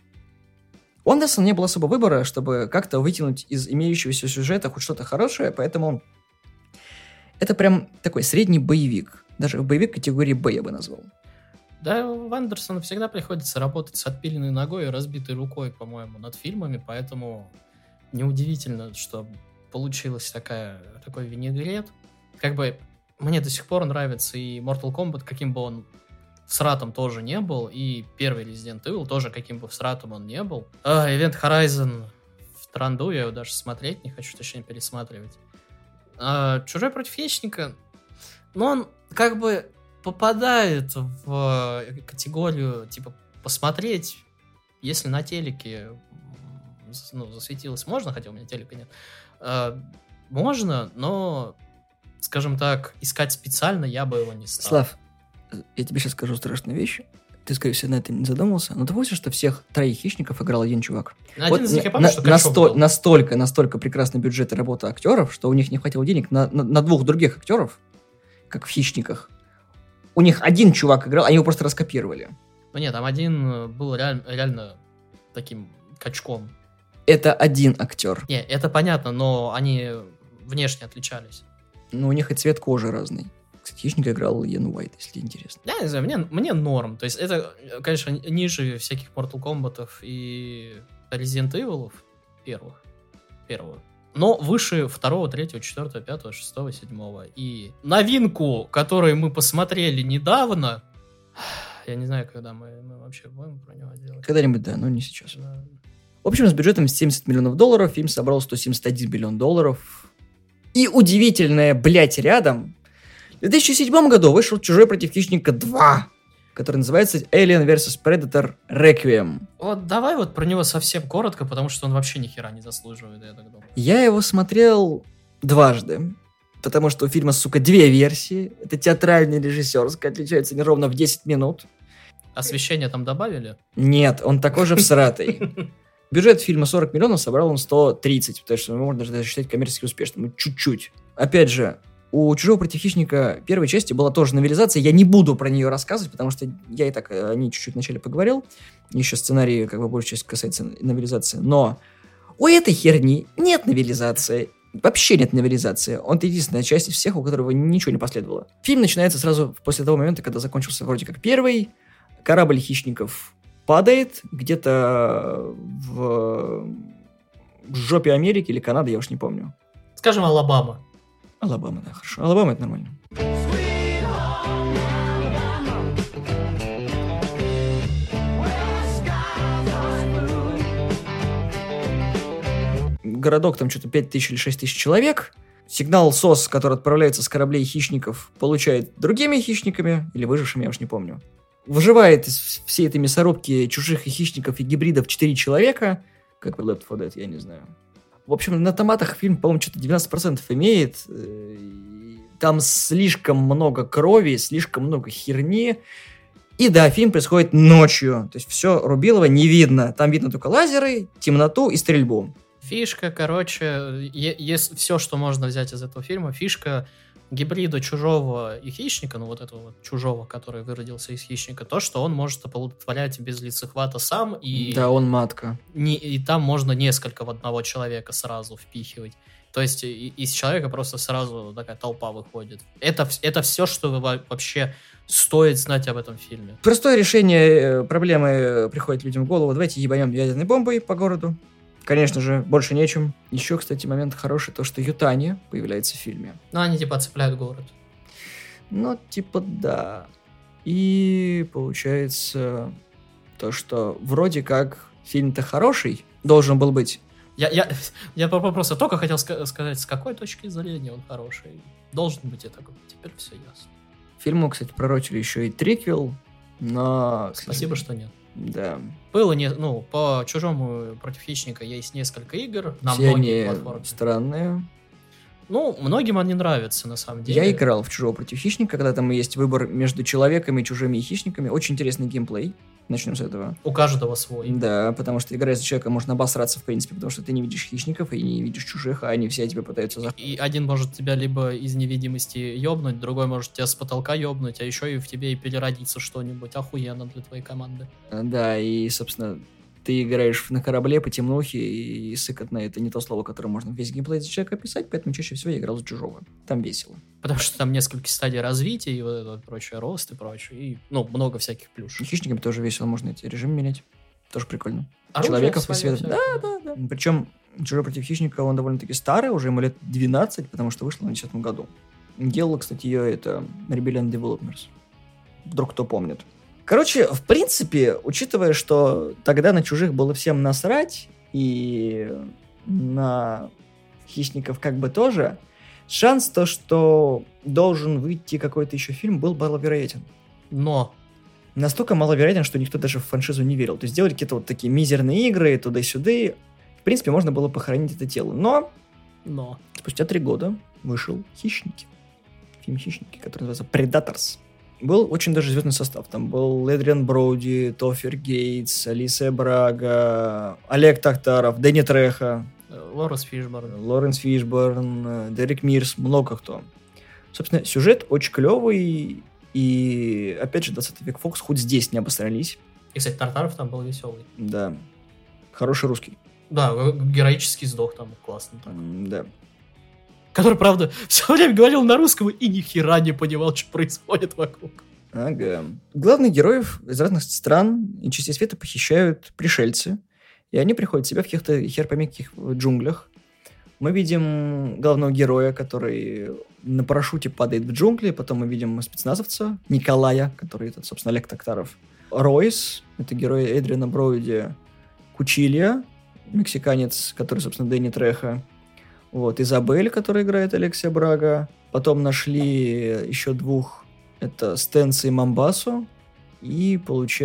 У Андерсона не было особо выбора, чтобы как-то вытянуть из имеющегося сюжета хоть что-то хорошее, поэтому это прям такой средний боевик. Даже боевик категории «Б» я бы назвал.
Да, в Андерсона всегда приходится работать с отпиленной ногой и разбитой рукой, по-моему, над фильмами, поэтому неудивительно, что получилась такая, такой винегрет. Как бы мне до сих пор нравится и Mortal Kombat, каким бы он сратом тоже не был, и первый Resident Evil тоже, каким бы сратом он не был. А, Event Horizon в транду, я его даже смотреть не хочу, точнее пересматривать. А, Чужой против Хищника, ну, он как бы попадает в категорию, типа, посмотреть, если на телеке, ну, засветилось, можно, хотя у меня телека нет, а, можно, но, скажем так, искать специально я бы его не стал.
Слав, я тебе сейчас скажу страшную вещь. Ты, скорее всего, на это не задумался, но ты помнишь, что всех троих хищников играл один чувак?
Один вот из них я помню,
на,
что
насто- настолько, настолько прекрасный бюджет и работа актеров, что у них не хватило денег на, на, на двух других актеров, как в «Хищниках». У них один чувак играл, они его просто раскопировали.
Ну нет, там один был реаль- реально таким качком.
Это один актер.
Не, это понятно, но они внешне отличались.
Ну, у них и цвет кожи разный. Кстати, Хищника играл Иэн Уайт, если интересно.
Я не знаю, мне, мне норм. То есть это, конечно, ниже всяких Mortal Kombat'ов и Resident Evil'ов первых. Первого. Но выше второго, третьего, четвертого, пятого, шестого, седьмого. И новинку, которую мы посмотрели недавно, я не знаю, когда мы, мы вообще будем про него делать.
Когда-нибудь, да, но не сейчас.
Да.
В общем, с бюджетом семьдесят миллионов долларов фильм собрал сто семьдесят один миллион долларов. И удивительное, блять, рядом... В две тысячи седьмом году вышел «Чужой против Хищника два», который называется Alien versus Predator Requiem.
Вот давай вот про него совсем коротко, потому что он вообще ни хера не заслуживает, я так думаю.
Я его смотрел дважды, потому что у фильма, сука, две версии. Это театральная и режиссерская, отличается неровно в десять минут.
Освещение там добавили?
Нет, он такой же всратый. Бюджет фильма сорок миллионов, собрал он сто тридцать, потому что можно даже считать коммерчески успешным. Чуть-чуть. Опять же, у «Чужого против Хищника» первой части была тоже новелизация. Я не буду про нее рассказывать, потому что я и так о ней чуть-чуть вначале поговорил. Еще сценарий, как бы, большая часть касается новелизации. Но у этой херни нет новелизации. Вообще нет новелизации. Он единственная часть из всех, у которого ничего не последовало. Фильм начинается сразу после того момента, когда закончился вроде как первый. Корабль хищников падает где-то в, в жопе Америки или Канады, я уж не помню.
Скажем, Алабама.
Алабама, да, хорошо. Алабама — это нормально. Городок, там что-то пять тысяч или шесть тысяч человек. Сигнал СОС, который отправляется с кораблей хищников, получает другими хищниками, или выжившими, я уж не помню. Выживает из всей этой мясорубки чужих и хищников и гибридов четыре человека. Как в Left four Dead, я не знаю. В общем, на томатах фильм, по-моему, что-то девяносто процентов имеет. Там слишком много крови, слишком много херни. И да, фильм происходит ночью. То есть все Рубилова не видно. Там видно только лазеры, темноту и стрельбу.
Фишка, короче, е- есть все, что можно взять из этого фильма. Фишка гибрида чужого и хищника, ну вот этого вот чужого, который выродился из хищника, то, что он может оплодотворять без лицехвата сам, и,
Да, он матка.
не, и там можно несколько в одного человека сразу впихивать. То есть и- из человека просто сразу такая толпа выходит. Это, вс- это все, что вы во- вообще стоит знать об этом фильме.
Простое решение проблемы приходит людям в голову. Давайте ебанем ядерной бомбой по городу. Конечно же, больше нечем. Еще, кстати, момент хороший, то, что Ютани появляется в фильме.
Ну, они типа цепляют город.
Ну, типа, да. И получается то, что вроде как фильм-то хороший должен был быть.
Я, я, я по вопросу только хотел ска- сказать, с какой точки зрения он хороший. Должен быть, я такой, теперь все ясно.
Фильму, кстати, пророчили еще и триквел, но...
Спасибо, что нет.
Да.
Было, не, ну, по Чужому против Хищника есть несколько игр на
Все
многих
они
платформах.
странные.
Ну, многим они нравятся, на самом деле.
Я играл в «Чужого против Хищника», когда там есть выбор между человеками, чужими и хищниками. Очень интересный геймплей. Начнем с этого.
У каждого свой.
Да, потому что, играя за человека, можно обосраться, в принципе, потому что ты не видишь хищников и не видишь чужих, а они все тебя пытаются за...
И один может тебя либо из невидимости ёбнуть, другой может тебя с потолка ёбнуть, а еще и в тебе и переродится что-нибудь охуенно для твоей команды.
Да, и, собственно, ты играешь на корабле по темнухе, и сыкотно — это не то слово, которое можно весь геймплей за человека описать, поэтому чаще всего я играл за чужого. Там весело.
Потому что там несколько стадий развития и вот это вот прочее, рост и прочее. И, ну, много всяких плюшек.
Хищниками тоже весело, можно эти режимы менять. Тоже прикольно.
Оружие
Человеков и
своё
света.
всякое.
Да, да, да. Причем «Чужой против Хищника», он довольно-таки старый, уже ему лет двенадцать, потому что вышел в десятом году. Делала, кстати, ее это Rebellion Developers. Вдруг кто помнит. Короче, в принципе, учитывая, что тогда на «Чужих» было всем насрать, и на «Хищников» как бы тоже, шанс то, что должен выйти какой-то еще фильм, был маловероятен.
Но...
Настолько маловероятен, что никто даже в франшизу не верил. То есть делали какие-то вот такие мизерные игры, туда-сюда. В принципе, можно было похоронить это тело. Но...
Но...
Спустя три года вышел «Хищники». Фильм «Хищники», который называется «Predators». Был очень даже звездный состав. Там был Эдриан Броуди, Тофер Гейтс, Алисия Брага, Олег Тахтаров, Дэнни Трехо,
Лоренс Фишборн.
Лоренс Фишборн, Дерек Мирс, много кто. Собственно, сюжет очень клевый. И, опять же, двадцатый век Фокс хоть здесь не обосрались.
И, кстати, Тартаров там был веселый.
Да. Хороший русский.
Да, героический сдох там, классно. Так.
Да.
Который, правда, все время говорил на русском и ни хера не понимал, что происходит вокруг.
Ага. Главных героев из разных стран и частей света похищают пришельцы. И они приходят в себя в каких-то хер пойми каких джунглях. Мы видим главного героя, который на парашюте падает в джунгли. Потом мы видим спецназовца Николая, который, это, собственно, Олег Тактаров. Ройс, это герой Эдриана Броуди. Кучилья, мексиканец, который, собственно, Дэнни Трехо. Вот, Изабель, которая играет Алексия Брага. Потом нашли еще двух. Это Стэнса и Мамбасу. И,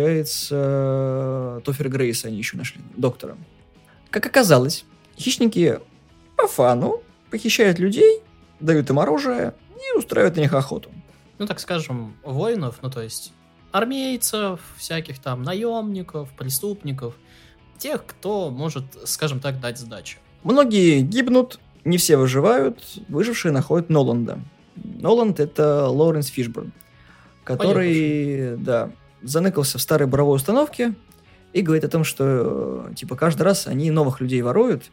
получается, Тофер Грейса они еще нашли, доктора. Как оказалось, хищники по фану похищают людей, дают им оружие и устраивают на них охоту.
Ну, так скажем, воинов, ну, то есть армейцев, всяких там наемников, преступников, тех, кто может, скажем так, дать сдачу.
Многие гибнут, не все выживают, выжившие находят Ноланда. Ноланд — это Лоуренс Фишборн, который, поехавший, да, заныкался в старой буровой установке и говорит о том, что, типа, каждый раз они новых людей воруют,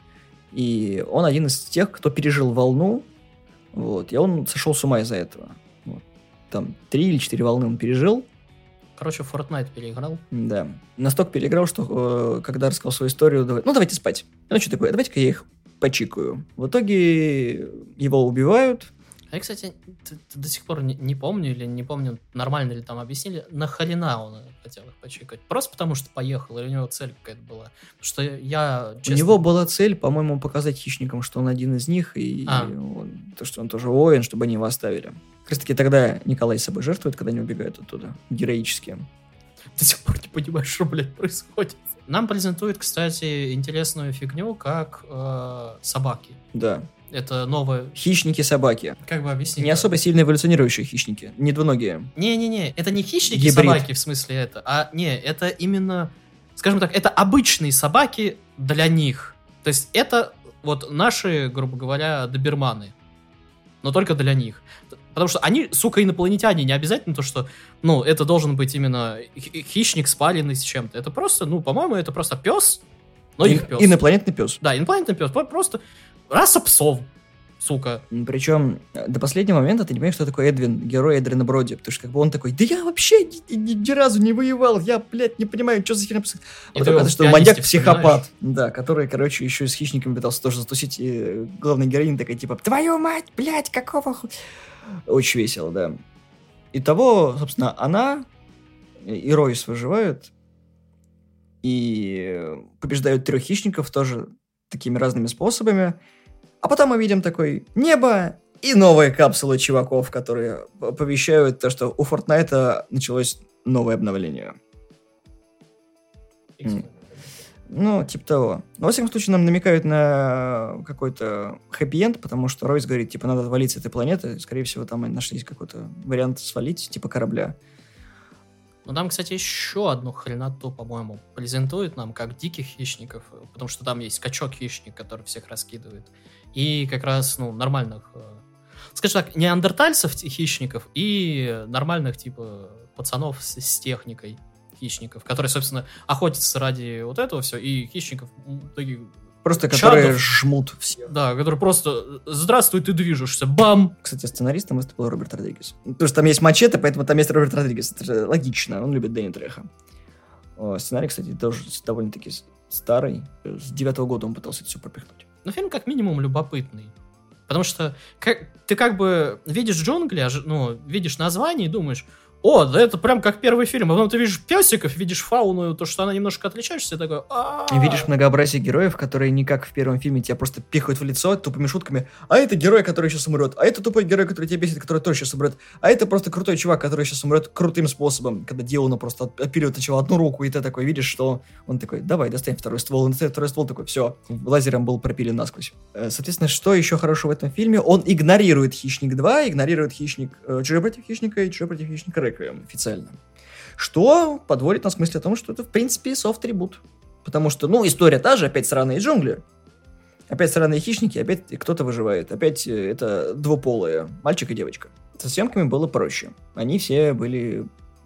и он один из тех, кто пережил волну, вот, и он сошел с ума из-за этого. Вот. Там три или четыре волны он пережил.
Короче, Fortnite переиграл.
Да. Настолько переиграл, что э, когда рассказал свою историю, давай, ну давайте спать. Ну что такое, давайте-ка я их почикаю. В итоге его убивают.
А я, кстати, до сих пор не, не помню, или не помню, нормально ли там объяснили, нахрена он хотел их почикать. Просто потому, что поехал, или у него цель какая-то была. Потому что я, честно...
У него была цель, по-моему, показать хищникам, что он один из них, и,
а.
и он, то, что он тоже воин, чтобы они его оставили. Как раз таки тогда Николай с собой жертвует, когда они убегают оттуда. Героически.
До сих пор не понимаешь, что, блядь, происходит. Нам презентуют, кстати, интересную фигню, как э, собаки.
Да.
Это новое...
Хищники-собаки.
Как бы объяснить?
Не особо сильно эволюционирующие хищники. Не двуногие.
Не-не-не, это не хищники-собаки в смысле это, а не, это именно, скажем так, это обычные собаки для них. То есть это вот наши, грубо говоря, доберманы. Но только для них. Потому что они, сука, инопланетяне, не обязательно то, что, ну, это должен быть именно хищник, спаленный с чем-то. Это просто, ну, по-моему, это просто пес, но
И,
их пес.
Инопланетный пес.
Да, инопланетный пес. Просто раса псов, сука.
Причем до последнего момента ты не понимаешь, что такое Эдвин, герой Эдриана Броуди. Потому что как бы он такой, да я вообще ни, ни, ни разу не воевал, я, блядь, не понимаю, что за херня.
И
вот оказывается, что маньяк-психопат. Да, который, короче, еще и с хищниками пытался тоже затусить. И главная героиня такая, типа, твою мать, блядь, какого ху... Очень весело, да. Итого, собственно, она и Ройс выживают и побеждают трех хищников тоже такими разными способами. А потом мы видим такой небо и новые капсулы чуваков, которые оповещают то, что у Fortnite началось новое обновление. Mm. Ну, типа того. Но, во всяком случае, нам намекают на какой-то хэппи-энд, потому что Ройс говорит, типа, надо отвалить с этой планеты. Скорее всего, там нашлись какой-то вариант свалить, типа корабля.
Ну, там, кстати, еще одну хреноту, по-моему, презентуют нам, как диких хищников, потому что там есть качок-хищник, который всех раскидывает. И как раз, ну, нормальных, скажем так, неандертальцев хищников и нормальных, типа, пацанов с, с техникой хищников, которые, собственно, охотятся ради вот этого все, и хищников таких...
Просто которые
чадов,
жмут всех.
Да, которые просто «Здравствуй, ты движешься, бам!»
Кстати, сценаристом выступил Роберт Родригес. Потому что там есть мачете, поэтому там есть Роберт Родригес. Это же логично, он любит Дэнни Трехо. О, сценарий, кстати, тоже довольно-таки старый. С девятого года он пытался это все пропихнуть.
Но фильм как минимум любопытный. Потому что как, ты как бы видишь джунгли, ну, видишь название и думаешь, о, да это прям как первый фильм. А потом ты видишь песиков, видишь фауну, то, что она немножко отличаешься, и такой...
И видишь многообразие героев, которые не как в первом фильме тебя просто пихают в лицо тупыми шутками. А это герой, который сейчас умрет. А это тупой герой, который тебя бесит, который тоже сейчас умрет. А это просто крутой чувак, который сейчас умрет крутым способом. Когда Дилану просто отпиливает от чего одну руку, и ты такой видишь, что он такой, давай, достань второй ствол. Он достает второй ствол, такой, все, лазером был пропилен насквозь. Соответственно, что еще хорошего в этом фильме? Он игнорирует «Хищник два», игнорирует «Хищник», э, «Чужой против хищника» и «Чужой против хищника» Реквием официально. Что подводит нас к мысли о том, что это, в принципе, софт-трибут. Потому что, ну, история та же, опять сраные джунгли, опять сраные хищники, опять кто-то выживает, опять это двуполые, мальчик и девочка. Со съемками было проще. Они все были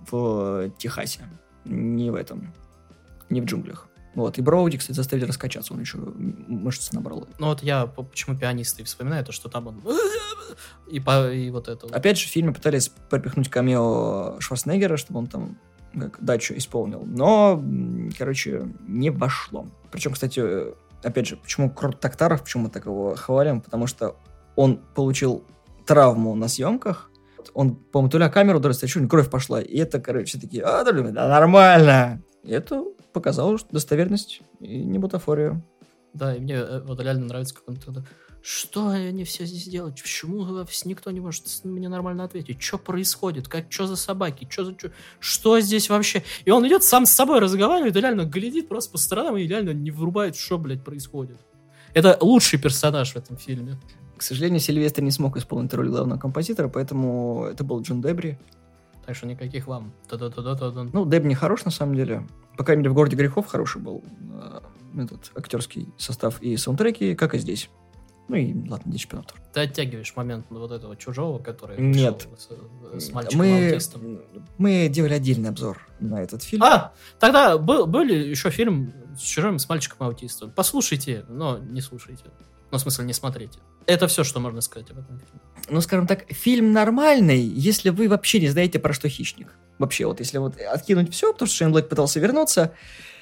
в Техасе, не в этом, не в джунглях. Вот, и Броуди, кстати, заставили раскачаться, он еще мышцы набрал.
Ну вот я почему «Пианиста» и вспоминаю, то, что там он... И, по, и вот это.
Опять же, в фильме пытались пропихнуть камео Шварценеггера, чтобы он там как дачу исполнил. Но, короче, не вошло. Причем, кстати, опять же, почему Крут Токтаров, почему мы так его хвалим? Потому что он получил травму на съемках. Он, по-моему, то ли камеру ударился, а кровь пошла. И это, короче, все такие, а, да, да, нормально. И это показало достоверность и не бутафорию.
Да, и мне вот реально нравится, как он тогда... Что они все здесь делают? Почему никто не может мне нормально ответить? Что происходит? Как, что за собаки? Что за... Что, что здесь вообще? И он идет сам с собой разговаривает и реально глядит просто по сторонам и реально не врубает, что, блядь, происходит. Это лучший персонаж в этом фильме.
К сожалению, Сильвестр не смог исполнить роль главного композитора, поэтому это был Джон Дебри.
Так что никаких вам. Та-да-та-да-та-да.
Ну, Дебни хорош, на самом деле. По крайней мере, в «Городе грехов» хороший был э, этот актерский состав и саундтреки, как и здесь. Ну и ладно, десять пятнадцать.
Ты оттягиваешь момент вот этого чужого, который
Нет.
С, с мальчиком-аутистом.
Мы, мы делали отдельный обзор на этот фильм.
А, тогда был, были еще фильм с чужим с мальчиком-аутистом. Послушайте, но не слушайте. Ну, в смысле, не смотрите. Это все, что можно сказать об этом фильме.
Ну, скажем так, фильм нормальный, если вы вообще не знаете, про что «Хищник». Вообще, вот если вот откинуть все, потому что Шейн Блэк пытался вернуться,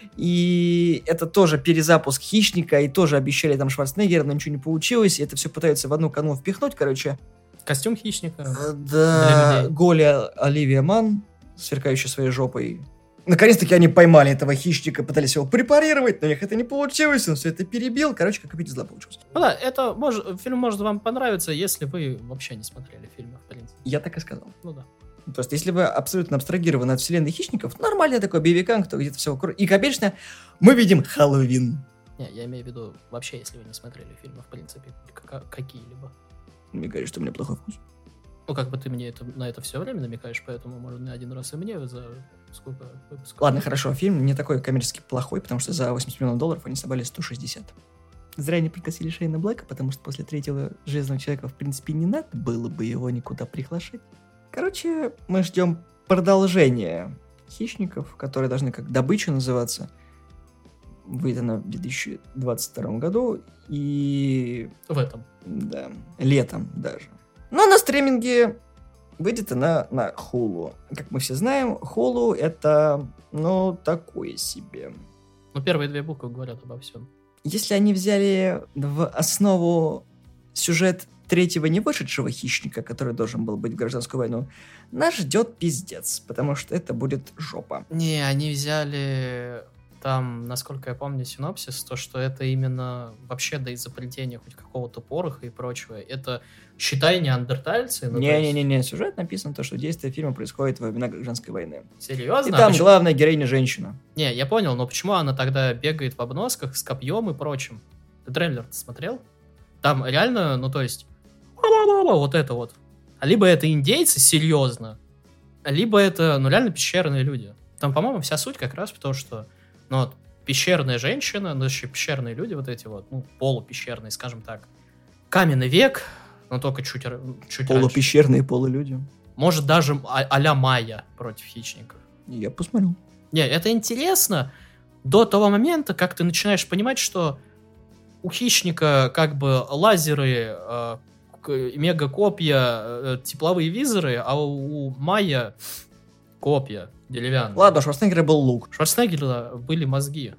и это тоже перезапуск «Хищника», и тоже обещали там Шварценеггера, но ничего не получилось, и это все пытаются в одну канву впихнуть, короче.
Костюм хищника.
Да, голая Оливия Манн, сверкающая своей жопой. Наконец-таки они поймали этого хищника, пытались его препарировать, но у них это не получилось, он все это перебил. Короче, как видите, зла получилось.
Ну да, это может, фильм может вам понравиться, если вы вообще не смотрели фильмы, в принципе.
Я так и сказал.
Ну да.
То есть, если вы абсолютно абстрагированы от вселенной хищников, нормальный такой боевикан, кто где-то всего... И, конечно, мы видим Хэллоуин.
Не, я имею в виду вообще, если вы не смотрели фильмы, в принципе, какие-либо.
Мне говоришь, что у меня плохой вкус.
Ну, как бы ты мне это, на это все время намекаешь, поэтому можно один раз и мне за сколько выпусков.
Ладно, хорошо, фильм не такой коммерчески плохой, потому что за восемьдесят миллионов долларов они собрали сто шестьдесят. Зря не пригласили Шейна Блэка, потому что после третьего «Железного человека» в принципе не надо было бы его никуда приглашать. Короче, мы ждем продолжения «Хищников», которые должны как «Добыча» называться. Выйдет она в две тысячи двадцать втором году и...
В этом.
Да, летом даже. Но на стриминге выйдет она на Hulu. Как мы все знаем, Hulu это, ну, такое себе.
Ну, первые две буквы говорят обо всем.
Если они взяли в основу сюжет третьего не вышедшего «Хищника», который должен был быть в гражданскую войну, нас ждет пиздец, потому что это будет жопа.
Не, они взяли... Там, насколько я помню, синопсис, то, что это именно вообще до изобретения хоть какого-то пороха и прочего. Это, считай, неандертальцы. Ну,
Не-не-не,
есть...
сюжет написан, то, что действие фильма происходит во времена гражданской войны.
Серьезно?
И там
а почему...
главная героиня женщина.
Не, я понял, но почему она тогда бегает в обносках с копьем и прочим? Ты трейлер смотрел? Там реально, ну то есть, вот это вот. Либо это индейцы, серьезно, либо это, ну реально пещерные люди. Там, по-моему, вся суть как раз в том, что ну, вот, пещерная женщина, ну, еще пещерные люди вот эти вот, ну, полупещерные, скажем так. Каменный век, но только чуть, чуть
Полупещерные полулюди.
Может, даже а- а-ля майя против хищников.
Я посмотрел.
Не, это интересно до того момента, как ты начинаешь понимать, что у хищника как бы лазеры, э, мега-копья, э, тепловые визоры, а у, у майя копья деревянные.
Ладно, у Шварценеггера был лук.
У Шварценеггера были мозги.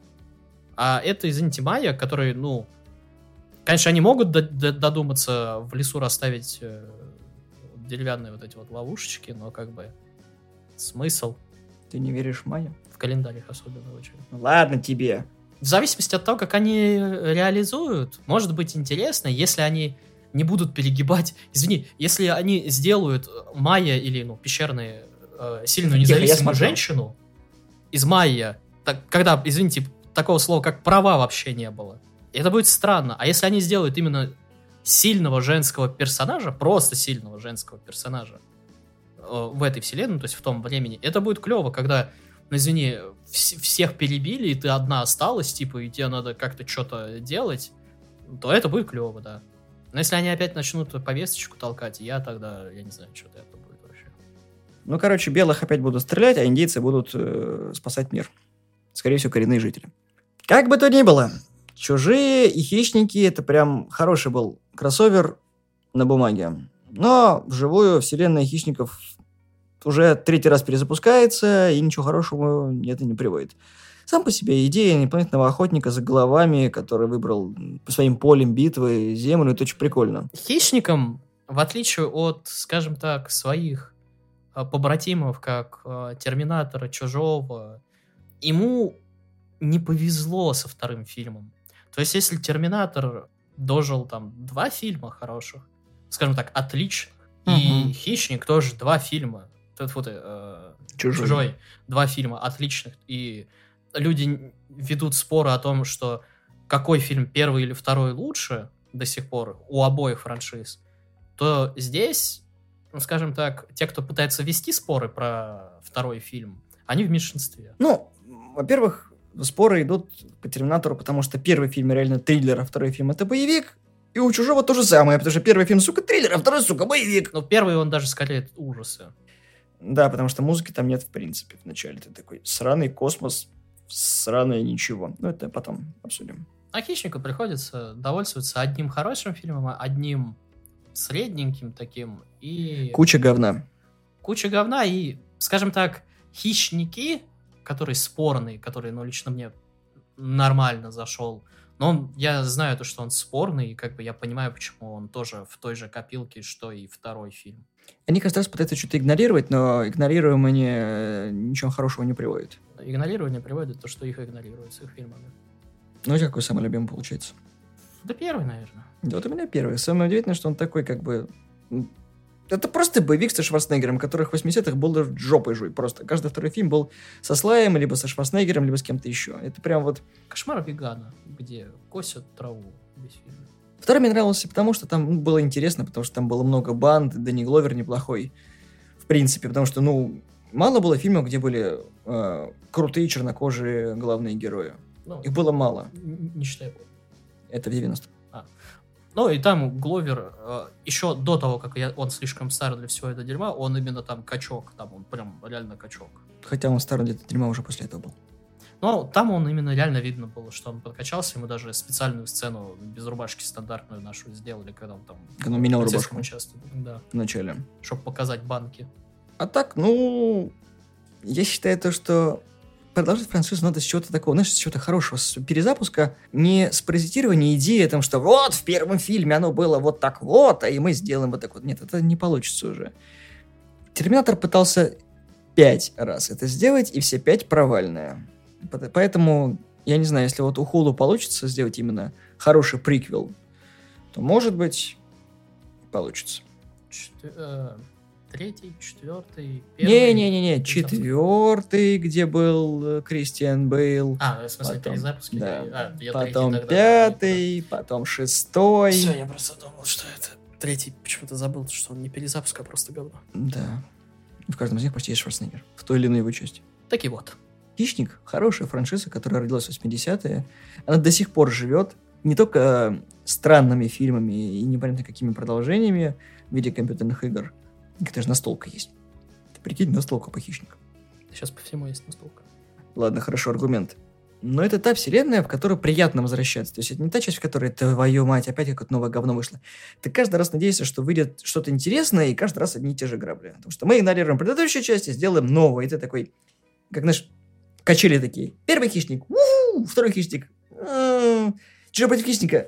А это, извините, майя, которые, ну... Конечно, они могут д- д- додуматься в лесу расставить э, деревянные вот эти вот ловушечки, но как бы... Смысл?
Ты не веришь в Майя?
В календарях особенно очень.
Ладно тебе.
В зависимости от того, как они реализуют, может быть интересно, если они не будут перегибать. Извини, если они сделают майя или ну, пещерные э, сильную
Тихо, я
независимую
смотрю.
женщину из майя, так, когда, извините, такого слова, как права вообще не было, это будет странно. А если они сделают именно сильного женского персонажа, просто сильного женского персонажа э, в этой вселенной, то есть в том времени, это будет клево, когда, ну, извини, вс- всех перебили, и ты одна осталась, типа, и тебе надо как-то что-то делать, то это будет клево, да. Но если они опять начнут повесточку толкать, я тогда, я не знаю, что-то это будет вообще.
Ну, короче, белых опять будут стрелять, а индейцы будут э, спасать мир. Скорее всего, коренные жители. Как бы то ни было, «Чужие» и «Хищники» — это прям хороший был кроссовер на бумаге. Но вживую вселенная «Хищников» уже третий раз перезапускается, и ничего хорошего это не приводит. Сам по себе идея инопланетного охотника за головами, который выбрал по своим полем битвы землю, это очень прикольно.
Хищникам, в отличие от, скажем так, своих э, побратимов, как э, Терминатора, Чужого, ему не повезло со вторым фильмом. То есть, если Терминатор дожил там два фильма хороших, скажем так, отличных,
Мгм.
и Хищник тоже два фильма, тут вот, э,
Чужой.
Чужой, два фильма отличных, и люди ведут споры о том, что какой фильм первый или второй лучше до сих пор у обоих франшиз, то здесь, ну, скажем так, те, кто пытается вести споры про второй фильм, они в меньшинстве.
Ну, во-первых, споры идут по Терминатору, потому что первый фильм реально триллер, а второй фильм это боевик. И у Чужого то же самое, потому что первый фильм, сука, триллер, а второй, сука, боевик.
Но первый он даже скорее ужасы.
Да, потому что музыки там нет в принципе в начале. Ты такой сраный космос, сраное ничего. Ну, это потом обсудим.
А Хищнику приходится довольствоваться одним хорошим фильмом, одним средненьким таким и
Куча говна.
куча говна. И, скажем так, Хищники, который спорный, который, ну, лично мне нормально зашел, но он, я знаю то, что он спорный, и как бы я понимаю, почему он тоже в той же копилке, что и второй фильм.
Они каждый раз пытаются что-то игнорировать, но игнорируемое э, ничего хорошего не приводит.
Игнорирование приводит то, что их игнорируют с их фильмами.
Ну, у тебя какой самый любимый получается?
Да первый, наверное.
Да вот у меня первый. Самое удивительное, что он такой, как бы... м, Это просто боевик со Шварценеггером, которых в восьмидесятых был жопой жуй. Просто каждый второй фильм был со Слаем, либо со Шварценеггером, либо с кем-то еще. Это прям вот...
Кошмар вегана, где косят траву весь фильм.
Второй мне нравился, потому что там ну, было интересно, потому что там было много банд, Дэнни Гловер неплохой. В принципе, потому что, ну, мало было фильмов, где были э, крутые чернокожие главные герои.
Ну,
Их было мало.
н- не считаю.
Это в девяностых.
Ну, и там Гловер, э, еще до того, как я, он слишком стар для всего этого дерьма, он именно там качок, там он прям реально качок.
Хотя он старый где-то дерьма уже после этого был.
Но там он именно реально видно было, что он подкачался, ему даже специальную сцену без рубашки стандартную нашу сделали, когда он там
Когда он менял
в полицейском
рубашку
участвовал, да,
в начале.
чтобы показать банки.
А так, ну, я считаю то, что продолжать франшизу надо с чего-то такого, знаешь, с чего-то хорошего, с перезапуска, не с паразитирования идеи о том, что вот в первом фильме оно было вот так вот, а и мы сделаем вот так вот. Нет, это не получится уже. Терминатор пытался пять раз это сделать, и все пять провальные. Пот- Поэтому, я не знаю, если вот у Hulu получится сделать именно хороший приквел, то, может быть, получится.
Четы- э, Третий, четвертый, первый.
Не-не-не-не,
перезапуск.
четвертый, где был э, Кристиан Бейл.
А, в смысле,
Потом,
перезапуски?
да.
А, я
Потом
третий тогда,
пятый, потом шестой.
Все, я просто думал, что это третий, почему-то забыл, что он не перезапуск, а просто говно.
Да. В каждом из них почти есть Шварценеггер. В той или иной его части.
Так и вот.
«Хищник» — хорошая франшиза, которая родилась в восьмидесятые. Она до сих пор живет не только э, странными фильмами и непонятно какими продолжениями в виде компьютерных игр. Это же настолка есть. Ты прикинь, настолка по «Хищнику».
Сейчас по всему есть настолка.
Ладно, хорошо, аргумент. Но это та вселенная, в которую приятно возвращаться. То есть это не та часть, в которой твою мать, опять какое-то новое говно вышло. Ты каждый раз надеешься, что выйдет что-то интересное, и каждый раз одни и те же грабли. Потому что мы игнорируем предыдущие части, сделаем новое. И ты такой, как, знаешь, качели такие. Первый «Хищник», у-у-у, второй «Хищник», м-м, «Чужой против хищника»,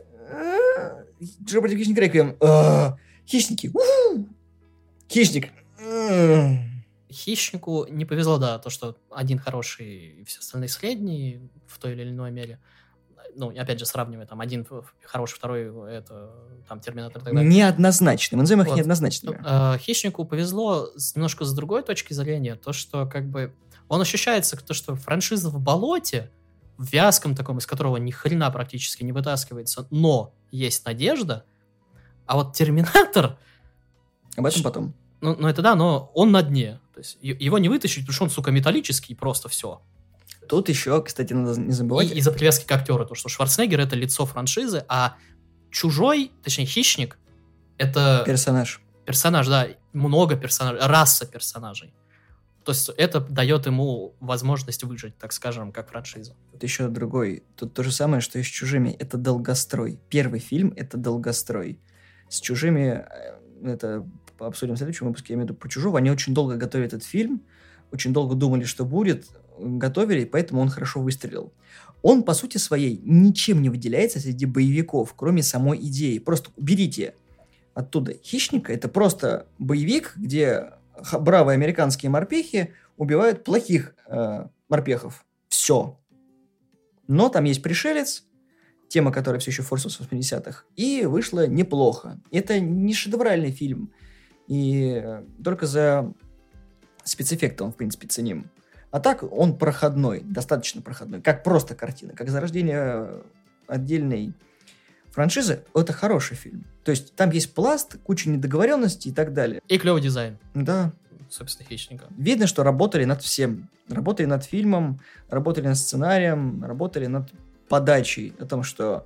м-м, «Чужой против хищника», «Реквием», а, «Хищники», у-у-у, «Хищник», м-м.
Хищнику не повезло, да, то, что один хороший и все остальные средние в той или иной мере. Ну, опять же, сравнивая, там, один хороший, второй, это, там, Терминатор и так далее.
Неоднозначно. Мы назовем их
Вот.
неоднозначными.
Э, Хищнику повезло с- немножко с другой точки зрения, то, что, как бы, он ощущается, то, что франшиза в болоте, в вязком таком, из которого ни хрена практически не вытаскивается, но есть надежда, а вот Терминатор,
Об этом потом.
ну, ну это да, но он на дне. То есть е- его не вытащить, потому что он, сука, металлический, и просто все.
Тут еще, кстати, надо не забывать.
И из-за привязки к актеру, то, что Шварценеггер — это лицо франшизы, а Чужой, точнее, Хищник — это
Персонаж.
персонаж, да, много персонажей, раса персонажей. То есть это дает ему возможность выжить, так скажем, как франшиза.
Тут еще другой. Тут то же самое, что и с «Чужими». Это долгострой. Первый фильм — это долгострой. С «Чужими», э, это обсудим в следующем выпуске, я имею в виду про «Чужого», они очень долго готовили этот фильм, очень долго думали, что будет, готовили, и поэтому он хорошо выстрелил. Он, по сути своей, ничем не выделяется среди боевиков, кроме самой идеи. Просто уберите оттуда «Хищника». Это просто боевик, где х- бравые американские морпехи убивают плохих э, морпехов. Все. Но там есть пришелец, тема, которая все еще форсилась в восьмидесятых, и вышло неплохо. Это не шедевральный фильм, и э, только за спецэффекты он, в принципе, ценим. А так он проходной, достаточно проходной, как просто картина, как зарождение отдельной франшизы. Это хороший фильм. То есть там есть пласт, куча недоговоренностей и так далее.
И клевый дизайн,
Да,
собственно, Хищника.
видно, что работали над всем. Работали над фильмом, работали над сценарием, работали над подачей, о том, что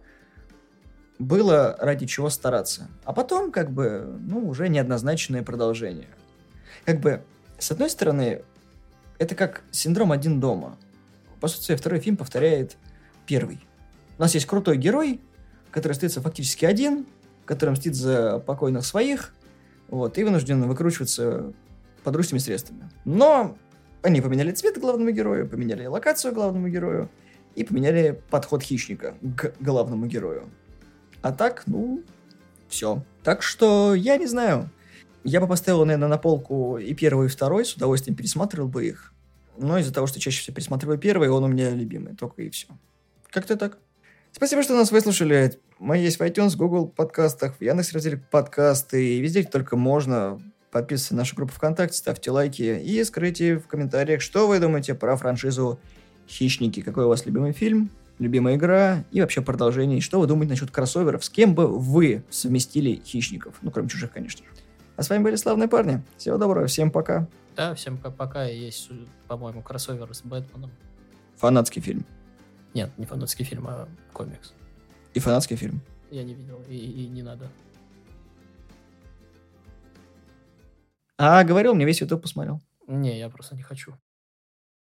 было ради чего стараться. А потом, как бы, ну, уже неоднозначное продолжение. Как бы, с одной стороны, это как синдром «Один дома». По сути, второй фильм повторяет первый. У нас есть крутой герой, который остается фактически один, который мстит за покойных своих, вот, и вынужден выкручиваться подручными средствами. Но они поменяли цвет главному герою, поменяли локацию главному герою и поменяли подход хищника к главному герою. А так, ну, все. Так что, я не знаю. Я бы поставил, наверное, на полку и первый, и второй, с удовольствием пересматривал бы их. Но из-за того, что чаще всего пересматриваю первый, он у меня любимый, только и все. Как-то так. Спасибо, что нас выслушали. Мы есть в iTunes, Google подкастах, в Яндекс.Разделе подкасты, и везде, где только можно. Подписывайтесь на нашу группу ВКонтакте, ставьте лайки и скажите в комментариях, что вы думаете про франшизу «Хищники». Какой у вас любимый фильм, любимая игра и вообще продолжение. И что вы думаете насчет кроссоверов? С кем бы вы совместили «Хищников»? Ну, кроме «Чужих», конечно же. А с вами были славные парни. Всего доброго, всем пока.
Да, всем по- пока. Есть, по-моему, кроссовер с Бэтменом.
Фанатский фильм.
Нет, не фанатский фильм, а комикс.
И фанатский фильм.
Я не видел, и, и не надо.
А, говорил, мне весь YouTube посмотрел.
Не, я просто не хочу.